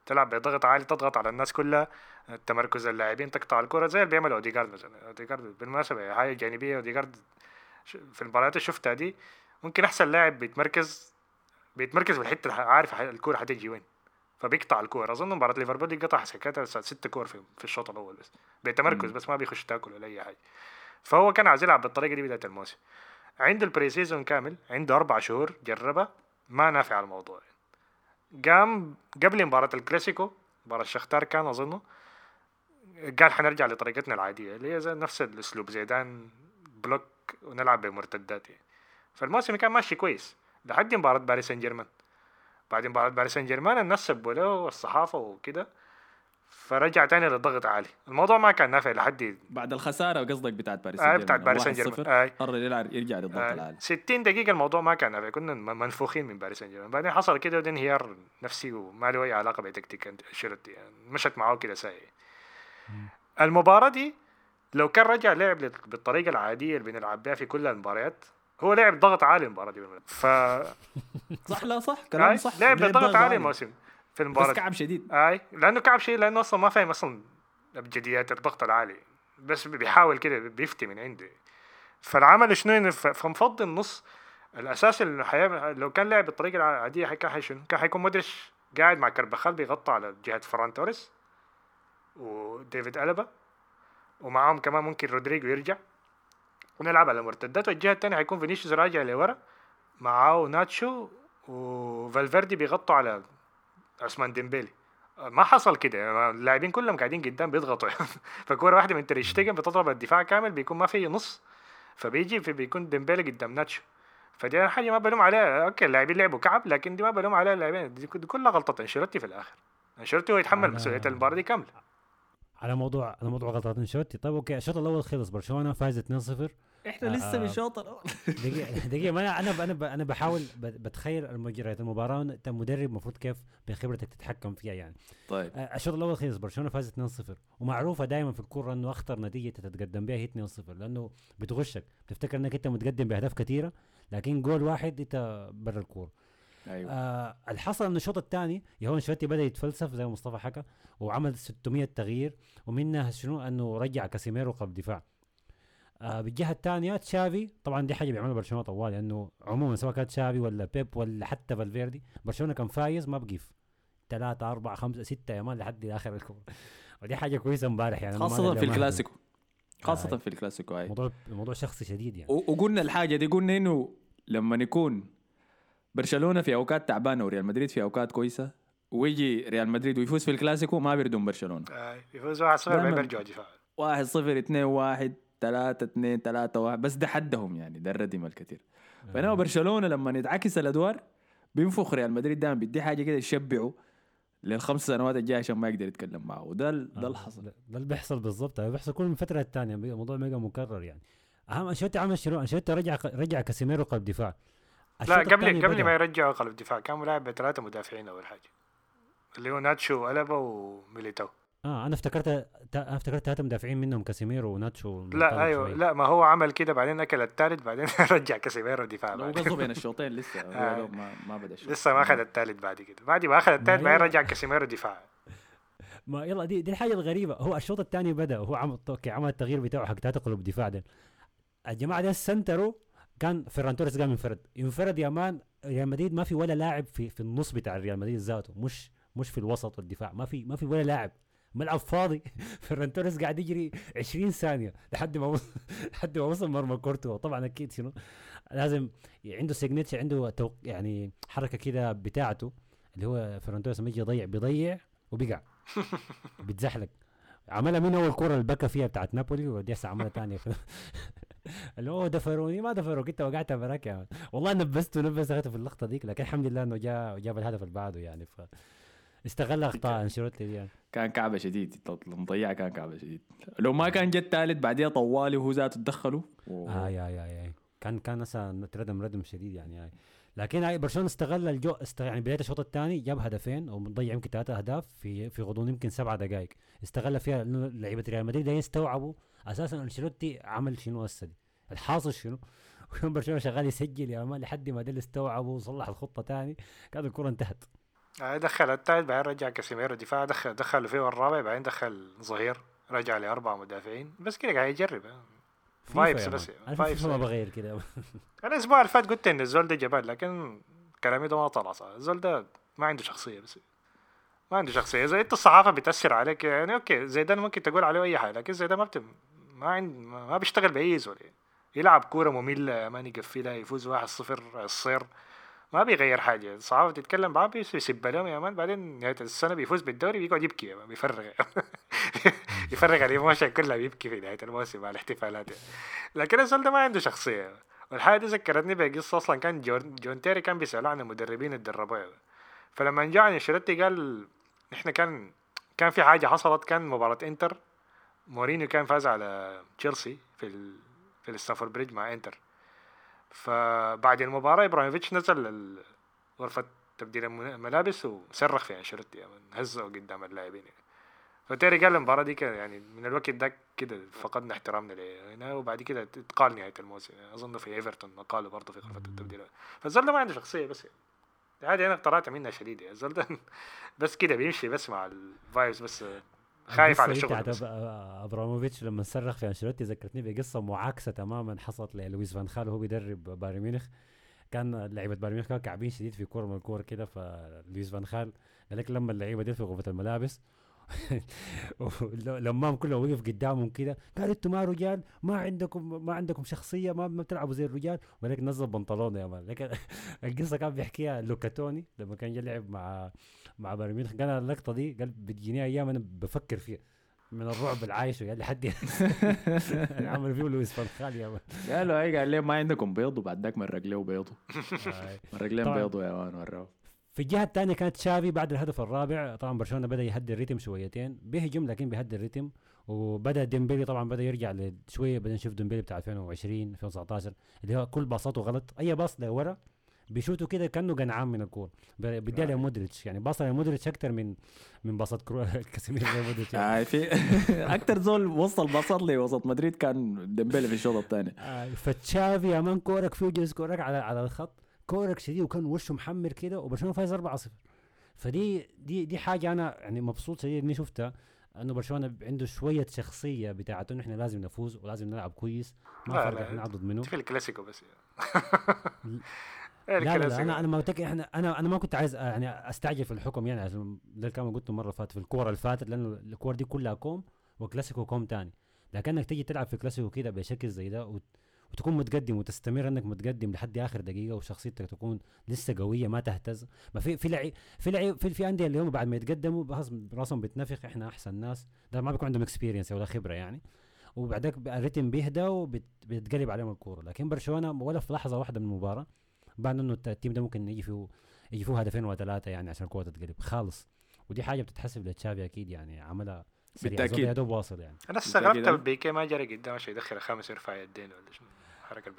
S3: تلعب بضغط عالي، تضغط على الناس كلها، تمركز اللاعبين، تقطع الكرة زي اللي بيعمل اوديجارد مثلا. اوديجارد بالمناسبة هاي جانبية، اوديجارد في المباريات اللي شفتها دي ممكن احسن لاعب بيتمركز بالحته اللي عارف الكوره هتجي وين، فبيقطع الكوره. اظن مباراه ليفربول دي قطع سكتها 6 كور في الشوط الاول بس بتمركز، بس ما بيخش تاكل ولا اي حاجه. فهو كان عايز يلعب بالطريقه دي بدايه الموسم. عنده البري سيزون كامل، عنده 4 شهور جربها، ما نافع الموضوع. قام قبل مباراه الكلاسيكو، مباراه الشختار كان اظنه، قال حنرجع لطريقتنا العاديه اللي هي زي نفس الاسلوب زيدان، بلوك ونلعب بمرتدات يعني. فالموسم كان ماشي كويس لحد مباراة باريس سان جيرمان. بعد مباراة باريس سان جيرمان الناس سبوا له والصحافة وكده، فرجع تاني للضغط عالي. الموضوع ما كان نافع لحد
S1: بعد الخسارة قصدك بتاعت باريس سان جيرمان،
S3: بتاعت باريس سان جيرمان
S1: قرر يرجع للضغط العالي.
S3: 60 دقيقة الموضوع ما كان نافع، كنا منفوخين من باريس سان جيرمان. بعدين حصل كده وده انهيار نفسي وما له أي علاقة بتكتيك انشيلوتي يعني، مشت معاه كده ساي. المباراة دي لو كان رجع لعب بالطريقة العادية اللي بنلعب بها في كل المباريات، هو لعب ضغط عالي المباراة دي
S1: صح. لا صح كلام صح،
S3: لعب ضغط عالي الموسم في المباراة،
S1: بس كعب شديد.
S3: لأنه كعب شديد، لأنه أصلا ما فاهم أصلا أبجديات الضغط العالي، بس بيحاول كده بيفتي من عنده. فالعمل شنو؟ فمفضل النص الأساسي اللي لو كان لعب بالطريقة العادية كان حيكون مودريتش قاعد مع كربخال بيغطى على جهة فران توريس وديفيد ألابا، ومعاهم كمان ممكن رودريجو يرجع ونلعب على المرتدات، والجهة الثانية هيكون فينيسيوس راجع لورا معاه ناتشو وفالفيردي بيغطوا على عثمان ديمبيلي. ما حصل كده، اللاعبين كلهم قاعدين قدام بيضغطوا فكورة واحدة من تير شتيجن بتضرب الدفاع كامل، بيكون ما في نص، بيكون ديمبيلي قدام ناتشو. فدي حاجة ما بلوم عليها. اوكي اللاعبين لعبوا كعب، لكن دي ما بلوم عليها اللاعبين، دي كلها غلطة انشيلوتي في الاخر. انشيلوتي هو يتحمل مسؤولية المباراة دي كاملة.
S2: على موضوع غلطات انشيلوتي. طيب اوكي الشوط الاول خلص، برشلونه فاز 2-0.
S1: احنا لسه بالشوط الاول.
S2: دقيقه ما انا بحاول بتخيل المجريات المباراه. انت مدرب المفروض كيف بخبرتك تتحكم فيها يعني.
S1: طيب
S2: الشوط الاول خلص، برشلونه فاز 2-0، ومعروفه دايما في الكوره انه اخطر نتيجه تتقدم بها هي 2-0، لانه بتغشك، بتفتكر انك انت متقدم باهداف كثيره، لكن جول واحد انت برا الكوره.
S1: ايوه.
S2: الحصل ان الشوط الثاني يهون شوتي بدا يتفلسف زي ما مصطفى حكى، وعمل 600 تغيير، ومنها شنو انه رجع كاسيميرو قلب دفاع. بالجهه الثانيه تشافي، طبعا دي حاجه بيعملها برشلونه طوال، لانه عموما سواء كان تشافي ولا بيب ولا حتى فالفيردي، برشلونه كان فايز ما بقيف 3 4 5 6 يا مان لحد اخر الكوره. ودي حاجه كويسه امبارح يعني،
S1: خاصه في الكلاسيكو، خاصه في الكلاسيكو. هاي
S2: الموضوع شخصي شديد يعني.
S1: وقلنا الحاجه دي، قلنا انه لما يكون برشلونه في اوقات تعبانه وريال مدريد في اوقات كويسه، ويجي ريال مدريد ويفوز في الكلاسيكو، ما بيردون برشلونه.
S3: يفوز 1-0 بيرجعوا دفاع
S1: 1-0 2-1 3-2 3-1، بس ده حدهم يعني، ده الردم الكثير. فانا برشلونه لما يتعكس الادوار بينفخ ريال مدريد دائما، بيدي حاجه كده يشبعه لل5 سنوات الجايه عشان ما يقدر يتكلم معه. وده ده اللي حصل،
S2: ده اللي بيحصل بالضبط، بيحصل كل من فتره الثانيه، موضوع ميجا مكرر يعني. اهم انشيلوتي عمل شنو؟ انشيلوتي رجع كاسيميرو قلب دفاع.
S3: لا قبل ما يرجعوا قلب دفاع كان لاعب ب3 مدافعين اول حاجه، اللي هو ناتشو وألابا وميليتاو.
S2: انا افتكرت 3 مدافعين منهم كاسيميرو وناتشو.
S3: لا ايوه شوي. لا ما هو عمل كده بعدين اكل الثالث، بعدين رجع كاسيميرو دفاع.
S1: لو قصده بين الشوطين لسه ما بدا الشوط،
S3: لسه ما اخذ الثالث. بعد كده بعد ما اخذ الثالث بعدين رجع كاسيميرو دفاع.
S2: ما يلا دي الحاجه الغريبه. هو الشوط الثاني بدا وهو عمل التغيير بتاعه حق 3 قلوب دفاع ده. الجماعه ده السنترو كان فيران توريس قام ينفرد يا مان. ريال مدريد ما في ولا لاعب في النص بتاع ريال مدريد ذاته، مش في الوسط والدفاع، ما في ولا لاعب، ملعب فاضي. فيران توريس قاعد يجري 20 ثانيه لحد ما وصل مرمى كورتوا. طبعا اكيد شنو لازم عنده سيجنتشر، عنده يعني حركه كده بتاعته، اللي هو فيران توريس لما يجي بيضيع وبيقع بيتزحلق. عملها من اول كوره البكا فيها بتاعت نابولي، ودي عملها ثانيه اللي هو دفروني ما دفروك، انت وقعت براك يا والله. نبست في اللقطه ديك، لكن الحمد لله انه جاب الهدف اللي بعده يعني. استغل اخطاء انشيلوتي دي يعني.
S1: كان كعبه شديد المضيع، كان كعبه شديد. لو ما كان جت ثالث بعديها طوالي وهو ذاته تدخلوا
S2: يا كان نسا ردم شديد يعني. لكن برشلونه استغل يعني بدايه الشوط الثاني جاب هدفين ومضيع يمكن 3 اهداف في غضون يمكن 7 دقائق، استغل فيها انه لعيبه ريال مدريد يستوعبوا اساسا انشيلوتي عمل شنو السدي الحاصل شنو. ويوم برشلونه شغال يسجل يا مان لحد ما دل استوعبوا وصلح الخطه ثاني، كانت الكره انتهت.
S3: دخل الثالث بعدين رجع كاسيميرو دفاع، دخل فيه الرابع بعدين دخل ظهير، رجع ل4 مدافعين بس كده قاعد يجرب فايبس بس
S2: فايبس ما بغير كده.
S3: انا الاسبوع اللي فات قلت ان الزول ده جبان، لكن كلامي ده ما طلع صح. الزول ده ما عنده شخصيه، بس ما عنده شخصيه. زي انت الصحافه بتاثر عليك يعني، اوكي زي ده ممكن تقول عليه اي حاجه، لكن زي ده ما بيشتغل باي زول يعني. يلعب كوره ممله ما يقفلها، يفوز 1-0 الصير، ما بيغير حاجه. الصحافه تتكلم معاه بيسب لهم يا مان، بعدين نهايه السنه بيفوز بالدوري بيقعد يبكي يا مان، بيفرغ يفرغ الايموشن كلها، بيبكي في نهايه الموسم على الاحتفالات يعني. لكن الزول ده ما عنده شخصيه. والحاجه دي ذكرتني بقصه اصلا كان جون تيري كان بيسأل عن المدربين الدربوه، فلما جاء عن انشيلوتي قال احنا كان في حاجه حصلت، كان مباراه انتر، مورينيو كان فاز على تشيلسي في الستانفورد بريدج مع انتر. فبعد المباراه ابراهيموفيتش نزل غرفه تبديل الملابس وصرخ في انشيلوتي يعني، هزه قدام اللاعبين يعني. فتيري قال المباراه دي كده يعني من الوقت ده كده فقدنا احترامنا لهنا، وبعد كده تقال نهايه الموسم يعني. اظن في ايفرتون قالوا برضه في غرفه التبديلات. فالزول ده ما عنده شخصيه بس يعني. عادي انا اقترعت منها شديد يعني. الزول ده بس كده بيمشي بس مع الفايبس بس، خايف على الشغل بس.
S2: ابراموفيتش لما صرخ في انشيلوتي ذكرتني بقصه معاكسه تماما حصلت للويس فان خال وهو بيدرب بايرن ميونخ. كان لعيبه بايرن ميونخ كانوا كعبين شديد في كوره من الكوره كده، فلويس فان خال قال لك لما اللعيبه دي في غرفه الملابس لما كله وقف قدامهم كده قال انتوا ما رجال، ما عندكم شخصيه، ما بتلعبوا زي الرجال، ولك نزل بنطلونه يا مان. لكن القصه كان بيحكيها لوكاتوني لما كان يلعب مع بايرن ميونخ، قال اللقطه دي قال بتجيني ايام انا بفكر فيها من الرعب العايش قال لحد عمل فيه لويس فان خال يا مان.
S1: قالوا قال ليه ما عندكم بيض، وبعد ذاك مرق له بيضه مرق لهم بيضه يا مان وراه.
S2: في الجهه الثانيه كانت تشافي بعد الهدف الرابع. طبعا برشلونه بدا يهدي الريتم شويتين، بيهجم لكن بيهدي الريتم، وبدا ديمبلي طبعا بدا يرجع شويه. بدنا نشوف ديمبلي بتاع 2020 2019 اللي هو كل باصاته غلط، اي باص لورا بيشوتوا كده كانه قنعان من الكوره، بديها لمودريتش يعني، باصه لمودريتش اكثر من باصات كاسيميرو لمودريتش يعني.
S1: في اكثر زول وصل باصات لي وسط مدريد كان ديمبلي في الشوط الثاني.
S2: فتشافي يا مان كورك فيه جزء كورك على الخط، كورك شديد وكان وشه محمر كده، وبرشلونه فاز 4-0. فدي حاجه انا يعني مبسوط شديد اني شفتها، انه برشلونه عنده شويه شخصيه بتاعته انه احنا لازم نفوز ولازم نلعب كويس، ما فرق احنا نعضد منه
S3: في الكلاسيكو بس
S2: لا انا ما قلت انا ما كنت عايز يعني استعجل في الحكم يعني، عشان ده كما قلت مره فاتت في الكوره اللي فاتت، لانه الكوره دي كلها كوم وكلاسيكو كوم تاني. لكنك تيجي تلعب في كلاسيكو كده بشكل زي ده وتكون متقدم وتستمر انك متقدم لحد اخر دقيقه، وشخصيتك تكون لسه قويه ما تهتز. ما في انديه اليوم بعد ما يتقدموا راسهم بتنفخ احنا احسن ناس، ده ما بيكون عندهم اكسبيرينس ولا خبره يعني، وبعدك الريتم بيهدى وبتقلب عليهم الكوره. لكن برشلونه ولا في لحظه واحده من المباراه بان انه التيم ده ممكن يجي فيه هدفين وثلاثه يعني عشان الكوره تتقلب خالص. ودي حاجه بتتحسب لتشافي اكيد يعني، عملها
S1: بالتاكيد
S2: يا دوب واصل يعني.
S3: انا استغربت بيكي ما جرى قدام عشان يدخل 5 يرفع يدين ولا شنو الحركه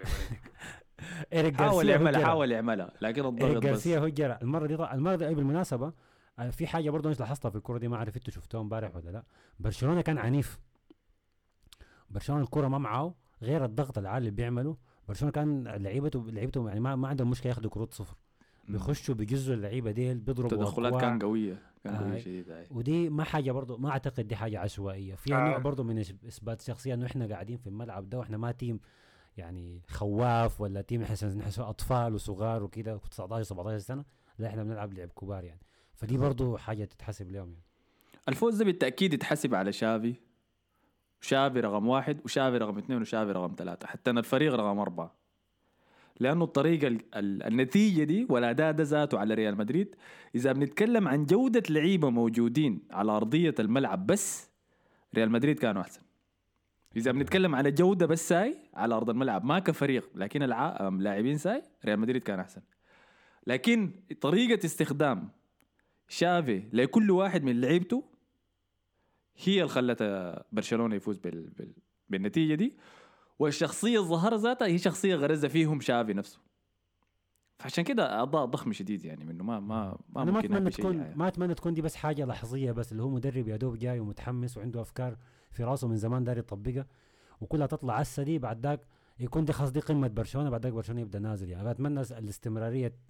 S1: اللي حاول يعملها لكن الضغط بس.
S2: هجرة المره دي بالمناسبه في حاجه برضه انا لاحظتها في الكوره دي، ما اعرف انتوا شفتوها امبارح ولا لا. برشلونه كان عنيف، برشلونه الكوره ما معاه غير الضغط العالي اللي بيعمله. برشلونه كان لعيبته يعني ما عندهم مشكله ياخذوا كروت صفر، بيخشوا بيجزوا اللعيبه دي بيضربوا
S1: تدخلات كان قويه شديده.
S2: ودي ما حاجه برضه، ما اعتقد دي حاجه عشوائيه فيها نوع برضه من اثبات شخصيه، انه احنا قاعدين في الملعب ده واحنا ما تيم يعني خواف ولا تيم نحس اطفال وصغار وكده 19 17 سنه، لا احنا بنلعب لعب كبار يعني. فدي برضه حاجه تتحسب لهم يعني.
S1: الفوز ده بالتاكيد يتحسب على شافي رقم 1 وشافي رقم 2 وشافي رقم 3 حتى أن الفريق رقم 4، لأنه الطريقة النتيجة دي والأداء ده ذاته على ريال مدريد. إذا بنتكلم عن جودة لعيبة موجودين على أرضية الملعب بس ريال مدريد كانوا أحسن. إذا بنتكلم على جودة بس ساي على أرض الملعب ما كفريق لكن لاعبين ساي ريال مدريد كان أحسن. لكن طريقة استخدام شافي لكل واحد من لعيبته هي اللي خلت برشلونة يفوز بالنتيجة دي، والشخصية الظاهرة ذاتها هي شخصية غرزة فيهم شافي نفسه. فعشان كده أضاء ضخم شديد يعني منه ما ممكن
S2: ما أتمنى تكون دي بس حاجة لحظية، بس اللي هو مدرب يا دوب جاي ومتحمس وعنده أفكار في راسه من زمان داري يطبقها وكلها تطلع عسى دي، بعد ذاك يكون دي خلاص دي قمة برشلونة، بعد ذاك برشلونة يبدأ نازل يعني. أتمنى الاستمرارية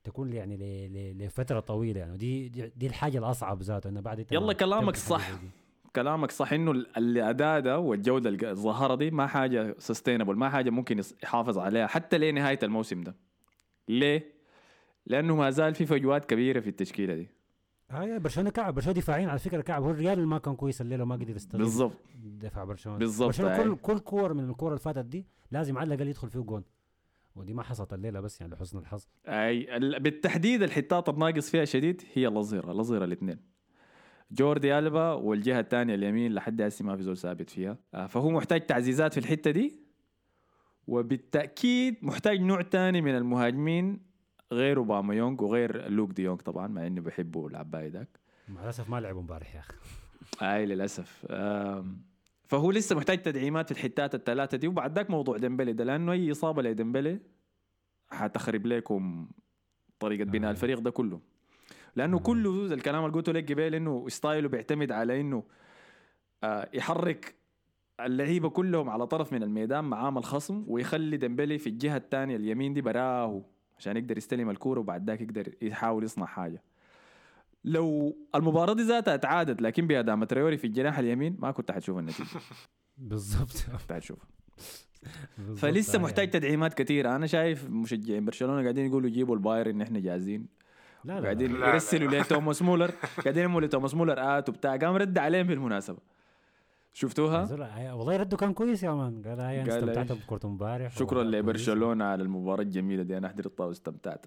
S2: تكون يعني لفتره طويله يعني. ودي الحاجه الاصعب ذاته انه بعد
S1: يلا كلامك صح، كلامك صح انه الاداء ده والجوده الظاهره دي ما حاجه سستينبل، ما حاجه ممكن يحافظ عليها حتى لنهايه الموسم ده. ليه؟ لانه ما زال في فجوات كبيره في التشكيله دي.
S2: برشلونه كعب، برشلونه دفاعيا على فكره كعب. هو الريال اللي ما كان كويس الليله وما قدر يستغل
S1: بالضبط
S2: دفاع برشلونه.
S1: بالضبط
S2: كل كور من الكور اللي فاتت دي لازم على الاقل يدخل فيه جون، ودي ما حصلت الليله بس يعني لحسن الحظ.
S1: بالتحديد الحتات الناقص فيها شديد هي الأظهرة الاثنين، جوردي ألبا والجهه الثانيه اليمين لحد هسه ما في زول ثابت فيها. فهو محتاج تعزيزات في الحته دي، وبالتاكيد محتاج نوع تاني من المهاجمين غير اوباميونغ وغير لوك ديونغ طبعا، مع انه بحبه العباية داك.
S2: مع الاسف ما لعبوا امبارح يا اخي.
S1: للاسف. فهو لسه محتاج تدعيمات في الحتات الثلاثه دي. وبعد ذاك موضوع ديمبلي ده، لانه اي اصابه لديمبلي حتخرب لكم طريقه بناء الفريق ده كله. لانه كله زي الكلام اللي قلته لك قبل، انه ستايله بيعتمد على انه يحرك اللعيبه كلهم على طرف من الميدان مع الخصم، ويخلي ديمبلي في الجهه الثانيه اليمين دي براه عشان يقدر يستلم الكوره، وبعد ذاك يقدر يحاول يصنع حاجه. لو المباراه دي ذاتها اتعادت لكن بأداء تريوري في الجناح اليمين ما كنت حتشوف النتيجه.
S2: بالضبط
S1: كنت حتشوفها. فلسه محتاج تدعيمات كثيره. انا شايف مشجعين برشلونه قاعدين يقولوا جيبوا البايرن ان احنا جاهزين، قاعدين يرسلوا لتوماس مولر، قاعدين يقولوا لتوماس مولر وبتاع. قام رد عليهم بالمناسبه، شفتوها؟
S2: والله رده كان كويس يا مان. قال هاي استمتعت بكرة امبارح،
S1: شكرا لبرشلونه على المباراه الجميله دي، انا حضرتها واستمتعت.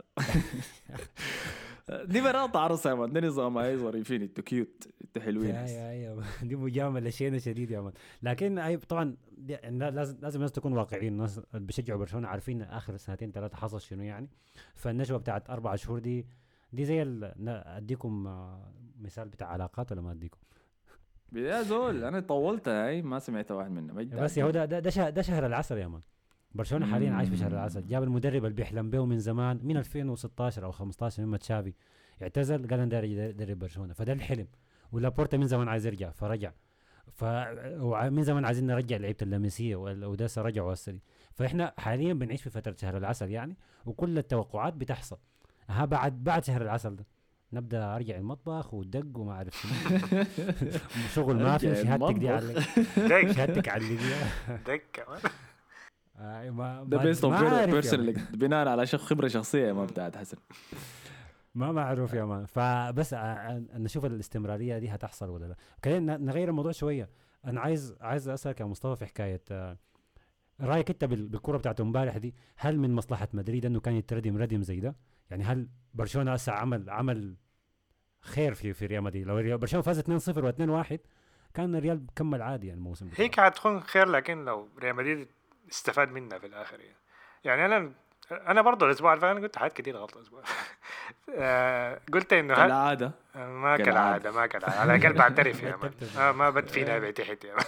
S1: دي براءة عرس يا مان، ده نظام هاي ظريفين، انتو كيوت، انتو حلوين.
S2: دي مجامله شينه شديد يا مان. لكن اي طبعا يعني لازم الناس تكون واقعيين. الناس اللي بيشجعوا برشلونه عارفين اخر سنتين ثلاثه حصل شنو يعني. فالنشوه بتاعت 4 شهور دي زي اديكم مثال بتاع علاقات ولا ما اديكم؟
S1: يا زول انا طولت هاي ما سمعت واحد منهم.
S2: بس يا هو ده شهر العسل يا مان. برشلونه حاليا عايش في شهر العسل. جاب المدرب اللي بيحلم به من زمان، من 2016 او 15 لما تشافي اعتزل قال انا داير يدرب برشلونه، فده الحلم. ولابورتا من زمان عايز يرجع فرجع، ومن زمان عايزين نرجع لعيبه اللامسيه وداسه رجعوا هسه. فاحنا حاليا بنعيش في فتره شهر العسل يعني، وكل التوقعات بتحصل. بعد شهر العسل ده نبدا ارجع المطبخ ودق وما اعرف شنو. شغل ما في. شهادتك دي عليك، شهادتك عليك
S3: دق كمان.
S1: ده بيست اوف بيرسونال بناء على خبره شخصيه ما بتاعت حسن.
S2: ما معروف يا مان. فبس نشوف الاستمراريه دي هتحصل ولا لا. خلينا نغير الموضوع شويه. انا عايز اسالك يا مصطفى في حكايه رايك انت بالكره بتاعته امبارح دي. هل من مصلحه مدريد انه كان يتردم زي ده؟ يعني هل برشلونه هسه عمل خير في ريال مدريد؟ لو برشلونه فاز 2-0 و2-1 كان الريال كمل عادي يعني الموسم.
S3: هيك هتكون خير، لكن لو ريال مدريد استفاد منها في الاخر يعني انا برضه الاسبوع اللي فات انا قلت حاجات كتير غلط الاسبوع. قلت انه
S1: كالعاده
S3: ما كالعاده على الاقل بعترف يا مان. ما بدفن ابي تحت يا مان.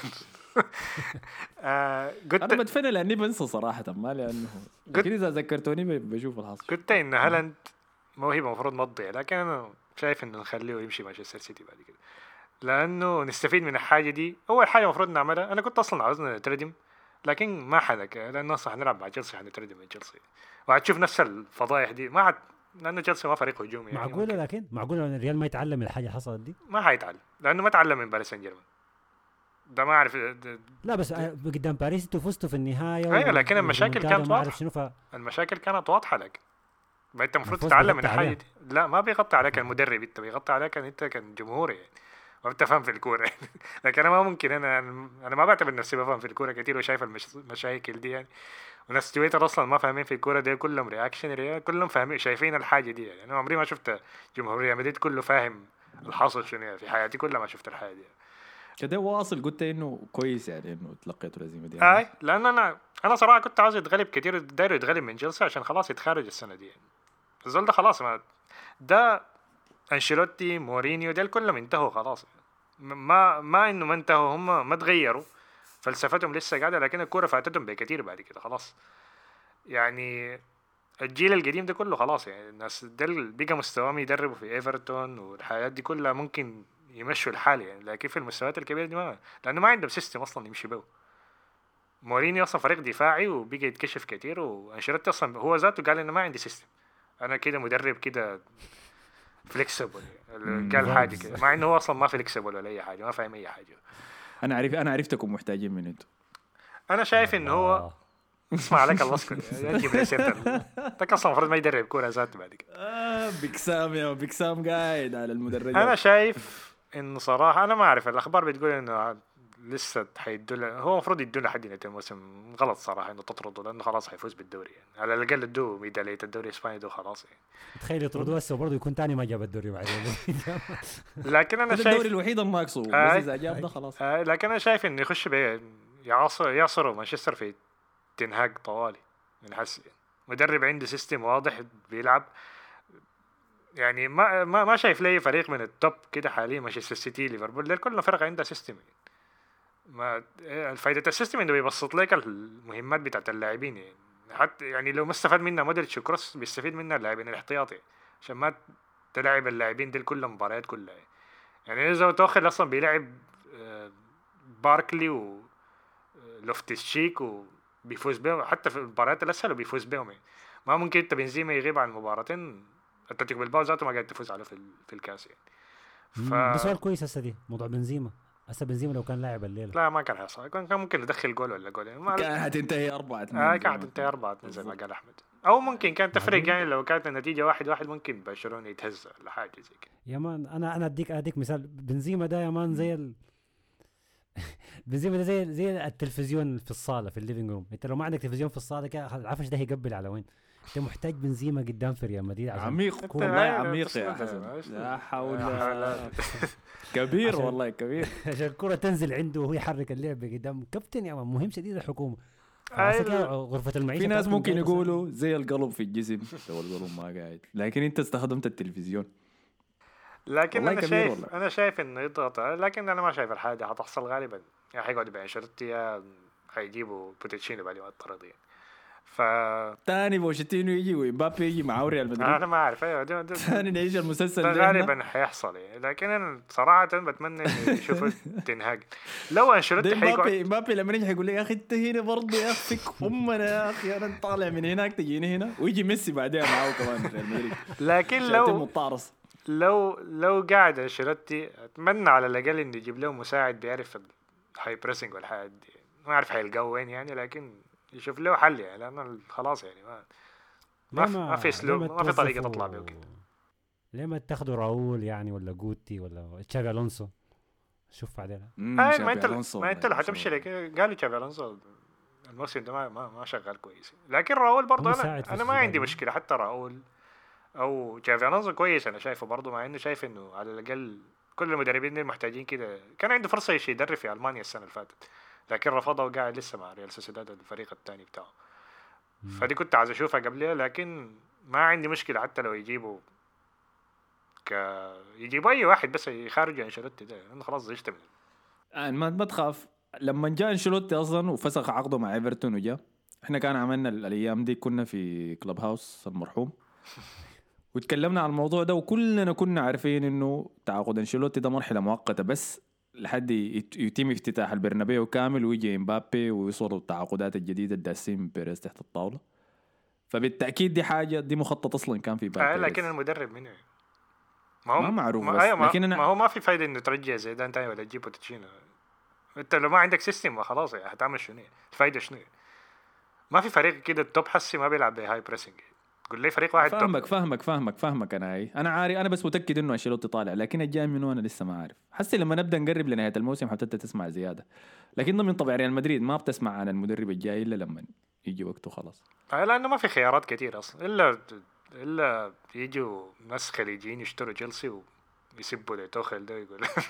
S1: قلت انا بدفن لاني بنسى صراحه، ما لانه لكن اذا ذكرتوني بشوف الحصل.
S3: قلت ان هالاند موهبه المفروض مضيع، لكن انا شايف انه نخليه يمشي مانشستر سيتي بعد كده، لانه نستفيد من الحاجه دي. اول حاجه المفروض نعملها، انا كنت اصلا عاوزنا نتردم لكن ما حدك، لانه اصلا هنلعب مع تشيلسي، هنتردم من تشيلسي وهتشوف نفس الفضايح دي. ما لانه تشيلسي ما فريق هجومي يعني.
S2: معقوله لكن معقوله ان الريال ما يتعلم من الحاجه حصلت دي؟
S3: ما حيتعلم لانه ما تعلم من باريس سان جيرمان. ده ما اعرف
S2: لا بس قدام باريس انتوا فزتوا في النهايه.
S3: ايوه لكن المشاكل كانت واضحه. المشاكل كانت واضحه لك. ما انت المفروض تتعلم من الحاجه دي. لا ما بيغطي عليك المدرب، انت بيغطي عليك انت كجمهور يعني، ما بتفهم في الكوره يعني. لكن انا ما ممكن، انا ما بعتبر نفسي بفهم في الكوره كتير وشايف المشاكل دي يعني. وناس تويتر اصلا ما فاهمين في الكوره دي، كلهم رياكشن كلهم فاهمين شايفين الحاجه دي يعني. انا عمري ما شفت جمهور ريال مدريد كله فاهم الحاصل شنو في حياتي كلها، ما شفت الحاجه دي
S1: كده. واصل قلت انه كويس يعني انه تلقيته الهزيمه دي
S3: يعني. لان انا صراحه كنت عاوز يتغلب كتير، داير يتغلب من تشيلسي عشان خلاص يتخارج السنه دي يعني. الزول ده خلاص، ما ده انشيلوتي مورينيو ديل كلهم انتهوا خلاص. ما انه ما انتهوا، هم ما تغيروا، فلسفتهم لسه قاعده، لكن الكوره فاتتهم بكتير بعد كده خلاص يعني. الجيل القديم ده كله خلاص يعني. الناس ديل بقى مستواهم يدربوا في ايفرتون والحياة دي كلها ممكن يمشوا الحال يعني، لكن في المستويات الكبيرة دي ما، لأنه ما عندهم سيستم أصلا يمشي به. مورينيو أصلا فريق دفاعي وبقى يتكشف كتير، وأنشيلوتي أصلا هو ذاته قال إنه ما عندي سيستم، انا كده مدرب كده فليكسبل قال حاجه كده مع انه هو اصلا ما فليكسبل ولا اي حاجه ما فاهم اي حاجه.
S1: انا عرفتكم محتاجين من انتوا.
S3: انا شايف انه هو اسمع لك الله اسكت يجيب لي سيرته ده اصلا المفروض ما يدرب كوره ذاته بعد كده.
S1: بكسام يا بكسام قاعد على المدرجات.
S3: انا شايف انه صراحه انا ما اعرف الاخبار بتقول انه لسه حيدوا هو المفروض يدوا له حد نهايه الموسم. غلط صراحه انه تطرده لانه خلاص حيفوز بالدوري يعني. على الاقل ادوه ميداليه الدوري الاسباني ده خلاص يعني.
S2: تخيل يطردوه هسه وبرضه يكون تاني ما جاب الدوري بعدين.
S3: لكن انا شايف
S1: الدوري الوحيد الناقصه بس اذا جاب ده خلاص.
S3: لكن انا شايف انه يخش يعصروا مانشستر في تنهاج طوالي من حس مدرب عنده سيستم واضح بيلعب يعني. ما شايف لي فريق من التوب كده حاليا مانشستر سيتي ليفربول كلنا فرق عندها سيستم. ما الفائدة السيستم انه بيبسط لك المهمات بتاعت اللاعبين يعني. حتى يعني لو ما استفاد منها مودريتش وكروس بيستفيد منها اللاعبين الاحتياطي عشان ما تلعب اللاعبين دي كل المباريات كلها يعني. اذا توخل اصلا بيلعب باركلي ولوفتس شيك وبيفوز بهم حتى في المباريات الاسهل وبيفوز بهم يعني. ما ممكن انت بنزيما يغيب عن مباراتين اتلتيكو بالباو ذاته ما قاعد تفوز عليه في الكاس يعني.
S2: ده سؤال كويس هسه دي موضوع بنزيما. هسه بنزيما لو كان لاعب الليله
S3: لا ما كان حيصل. كان ممكن يدخل جول ولا جول يعني.
S1: كان هتنتهي 4-2
S3: كانت هتنتهي 4-2 زي ما قال احمد. او ممكن كانت تفرق يعني لو كانت النتيجه 1-1 ممكن برشلونه يتهز ولا حاجه زي كده.
S2: يا مان انا اديك مثال بنزيما ده يا مان زي بنزيما ده زي التلفزيون في الصاله في الليفينج روم. انت لو ما عندك تلفزيون في الصاله كده العفش ده هيقبل على وين. انت محتاج بنزيما قدام في ريال مدريد
S1: عميق والله عميق يا حسن. لا حول كبير والله كبير
S2: عشان الكرة تنزل عنده وهو يحرك اللعبة قدام كابتن يا مان. مهم شديد الحكومة. غرفة المعيشة
S1: في ناس ممكن يقولوا زي القلب في الجسم لو القلب ما قاعد لكن انت استخدمت التلفزيون.
S3: لكن انا شايف انه يضغط لكن انا ما شايف الحاجة هتحصل غالبا يعني. حيقعدوا بأنشيلوتي يا حيجيبوا بوتشينو بعد ما الطردين
S1: تاني بوشيتينو يجي ومبابي يجي مع ريال مدريد.
S3: انا ما اعرف ايوه
S1: تاني نعيش المسلسل ده
S3: غالبا حيحصل يعني. لكن انا صراحه بتمنى يشوفوا تنهاج لو انشيلوتي حيقعد.
S1: مبابي لما يجي يقول لي يا اخي انت هنا برضه يا اخي فيك امنا يا اخي انا طالع من هناك تجيني هنا ويجي ميسي بعدين معاه كمان ريال مدريد.
S3: لكن لو قاعد انشيلوتي اتمنى على الاقل انه يجيب له مساعد بيعرف الهاي بريسنج والحاجات دي. ما اعرف حيلقاه وين يعني لكن يشوف له حل يعني. لأنه خلاص يعني ما في اسلوب ما في طريقه تطلع بيه وكده.
S2: ليه ما تاخذوا راؤول يعني ولا جوتي ولا تشافي الونسو شوف بعدين.
S3: ما انت لو حتمشي لك قالوا تشافي الونسو الموسم ده ما شغال كويس. لكن راؤول برضه انا ما عندي مشكله حتى راؤول او تشافي الونسو كويس انا شايفه برضه. مع انه شايف انه على الاقل كل المدربين المحتاجين كده. كان عنده فرصه يدرب في المانيا السنه اللي فاتت لكن رفضه وقاعد لسه مع ريال سوسيداد الفريق الثاني بتاعه. فدي كنت عايز اشوفها قبلها لكن ما عندي مشكله حتى لو يجيبوا اي واحد بس يخرج انشيلوتي ده لانه خلاص زهقت منه.
S1: ما تخاف لما جاء انشيلوتي اصلا وفسخ عقده مع ايفرتون وجاء احنا كان عملنا الايام دي كنا في كلوب هاوس المرحوم وتكلمنا عن الموضوع ده وكلنا كنا عارفين انه تعاقد انشيلوتي ده مرحله مؤقته بس لحد يتم افتتاح البرنابيو كامل ويجي امبابي ويوصلوا التعاقدات الجديده الداسين بيريز تحت الطاوله. فبالتاكيد دي مخطط اصلا كان في بال.
S3: لكن المدرب منه
S1: ما معروف
S3: لكن ما هو ما في فايده انه ترجع زيدان تاني ولا تجيب بوتشينو. انت لو ما عندك سيستم خلاص يعني هتعمل شنو الفايده شنو. ما في فريق كده التوب حسي ما بيلعب بهاي بريسنج. قول لي فريق واحد
S1: فاهمك انا عارف. انا بس متاكد انه انشيلوتي طالع لكن الجاي منه انا لسه ما عارف. حسي لما نبدا نقرب لنهايه الموسم حتى تسمع زياده لكن ضمن طبع ريال مدريد ما بتسمع عن المدرب الجاي الا لما يجي وقته خلاص.
S3: لانه ما في خيارات كتير اصلا الا يجوا ناس خليجيين يشتروا تشيلسي ويسبوا لتوخيل ده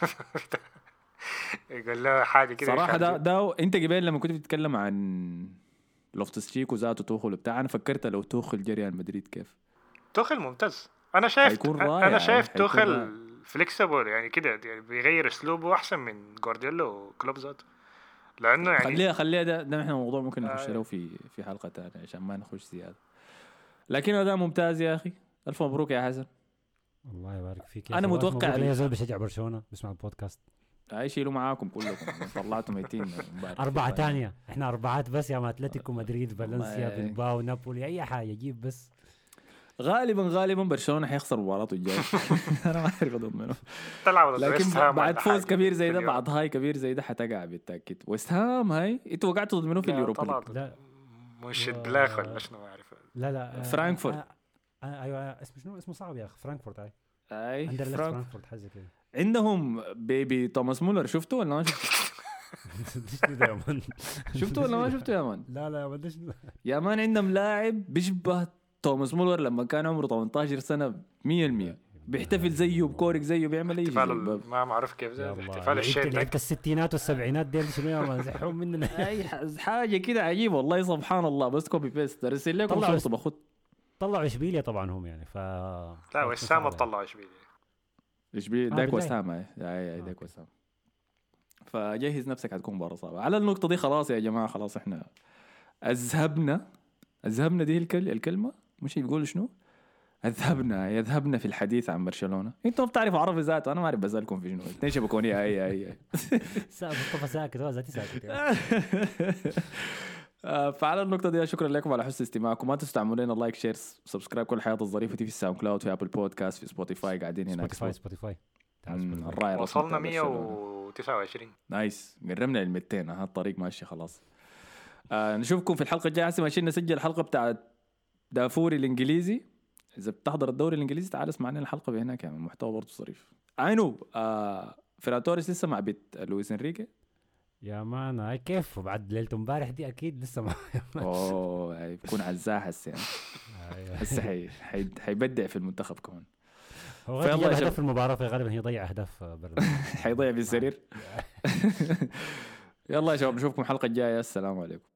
S3: يقول له حاجه كده
S1: صراحه ده انت قبل لما كنت بتتكلم عن لوفتس شيك وذاته توخل بتاع انا فكرت لو توخل جري ريال مدريد كيف.
S3: توخل ممتاز. انا شايف توخل فليكسبل يعني كده يعني بيغير اسلوبه احسن من جوارديولا وكلوب ذاته لانه يعني
S1: خليها ده احنا موضوع ممكن نخش له في حلقه ثانيه عشان ما نخش زياده. لكن هذا ممتاز يا اخي. الف مبروك يا حسن.
S2: الله يبارك فيك.
S1: انا متوقع
S2: يا زول بشجع برشلونه بسمع البودكاست
S1: يشيلوا معاكم كلكم طلعتوا ميتين
S2: 4 تانية. احنا 4 بس يا اتلتيكو مدريد فالنسيا بلباو نابولي اي حاجه جيب بس.
S1: غالبا برشلونه حيخسر مباراته الجايه. انا ما اعرف اضمنه،
S3: تلعب ضد
S1: لكن
S3: ويست هام
S1: بعد
S3: ولا
S1: فوز
S3: حاجة
S1: كبير زي
S3: في
S1: ده،
S3: اليوم.
S1: بعد هاي كبير زي ده حتقع بالتاكيد. ويست هام هاي انتوا وقعتوا ضد منو في
S3: لا،
S1: اليوروبا
S3: طلع
S1: ليج؟
S3: ضد
S2: لا
S3: منشد بلاخ ولا شنو ما اعرف.
S2: لا
S1: فرانكفورت.
S2: ايوه اسمه شنو، اسمه صعب يا اخي، فرانكفورت. هاي
S1: اي
S2: اندرلخت
S1: فرانك.
S2: فرانكفورت حاجه كده.
S1: عندهم بيبي توماس مولر، شفته ولا ما شفته؟
S2: شنو ده يا مان؟
S1: شفته ولا ما شفته يا مان؟
S2: لا يا مان ده شنو؟
S1: يا مان عندهم لاعب بيشبه توماس مولر لما كان عمره 18 سنة 100%. بيحتفل زيه، بكورك زيه، بيعمل اي شيء.
S3: احتفال ما معروف كيف
S2: يا
S3: زي
S2: الله،
S3: احتفال الشيء
S2: لعبت الستينات والسبعينات ديل شنو يا مان، زحهم مننا.
S1: اي حاجة كده عجيبة والله، سبحان الله. بس كوبي بيست ارسل لكم
S2: طلعوا
S1: صورته باخد.
S2: طلعوا اشبيليا طبعا هم يعني
S3: لا وسام طلعوا اشبيليا.
S1: اشبيليا داك
S2: بالله.
S1: وسام. اي داك وسام. فجهز نفسك، حتكون مباراة صعبة. على النقطة دي خلاص يا جماعة، خلاص احنا اذهبنا دي الكلمة مش يقول شنو؟ يذهبنا في الحديث عن برشلونة. انتوا ما بتعرفوا عربي ذاته، انا ما اعرف بسألكم في شنو. اثنين شبكوني اي
S2: مصطفى ساكت، هو ذاتي ساكت.
S1: فعلى النقطة دي شكرا لكم على حسن استماعكم. ما تنسوا تعملوا لنا لايك، شير، سبسكرايب. كل الحياة الظريفة دي في الساوند كلاود، في ابل بودكاست، في سبوتيفاي. قاعدين هناك
S2: سبوتيفاي
S1: الراعي الرسمي
S3: وصلنا
S1: بتاع برشلونة.
S3: 129.
S1: نايس، قربنا لل 200. هذا الطريق ماشي خلاص. نشوفكم في الحلقة الجاية. هسه ماشيين نسجل الحلقة بتاعت دافوري الانجليزي. اذا بتحضر الدوري الانجليزي تعال اسمعنا الحلقة بهناك، يعني محتوى برضه ظريف. عينو فيراتوريس لسه مع بيت لويس انريكي.
S2: يا مان هاي كيف بعد ليلة امبارح دي اكيد لسه ما.
S1: اوه بيكون عزاه هسه يعني. هسه حيبدع في المنتخب كمان.
S2: هو
S1: فيلا
S2: غالبا
S1: يا
S2: اهداف في المباراة، في غالبا هي ضيع اهداف برا.
S1: حيضيع في السرير. يلا يا شباب نشوفكم الحلقة الجاية. السلام عليكم.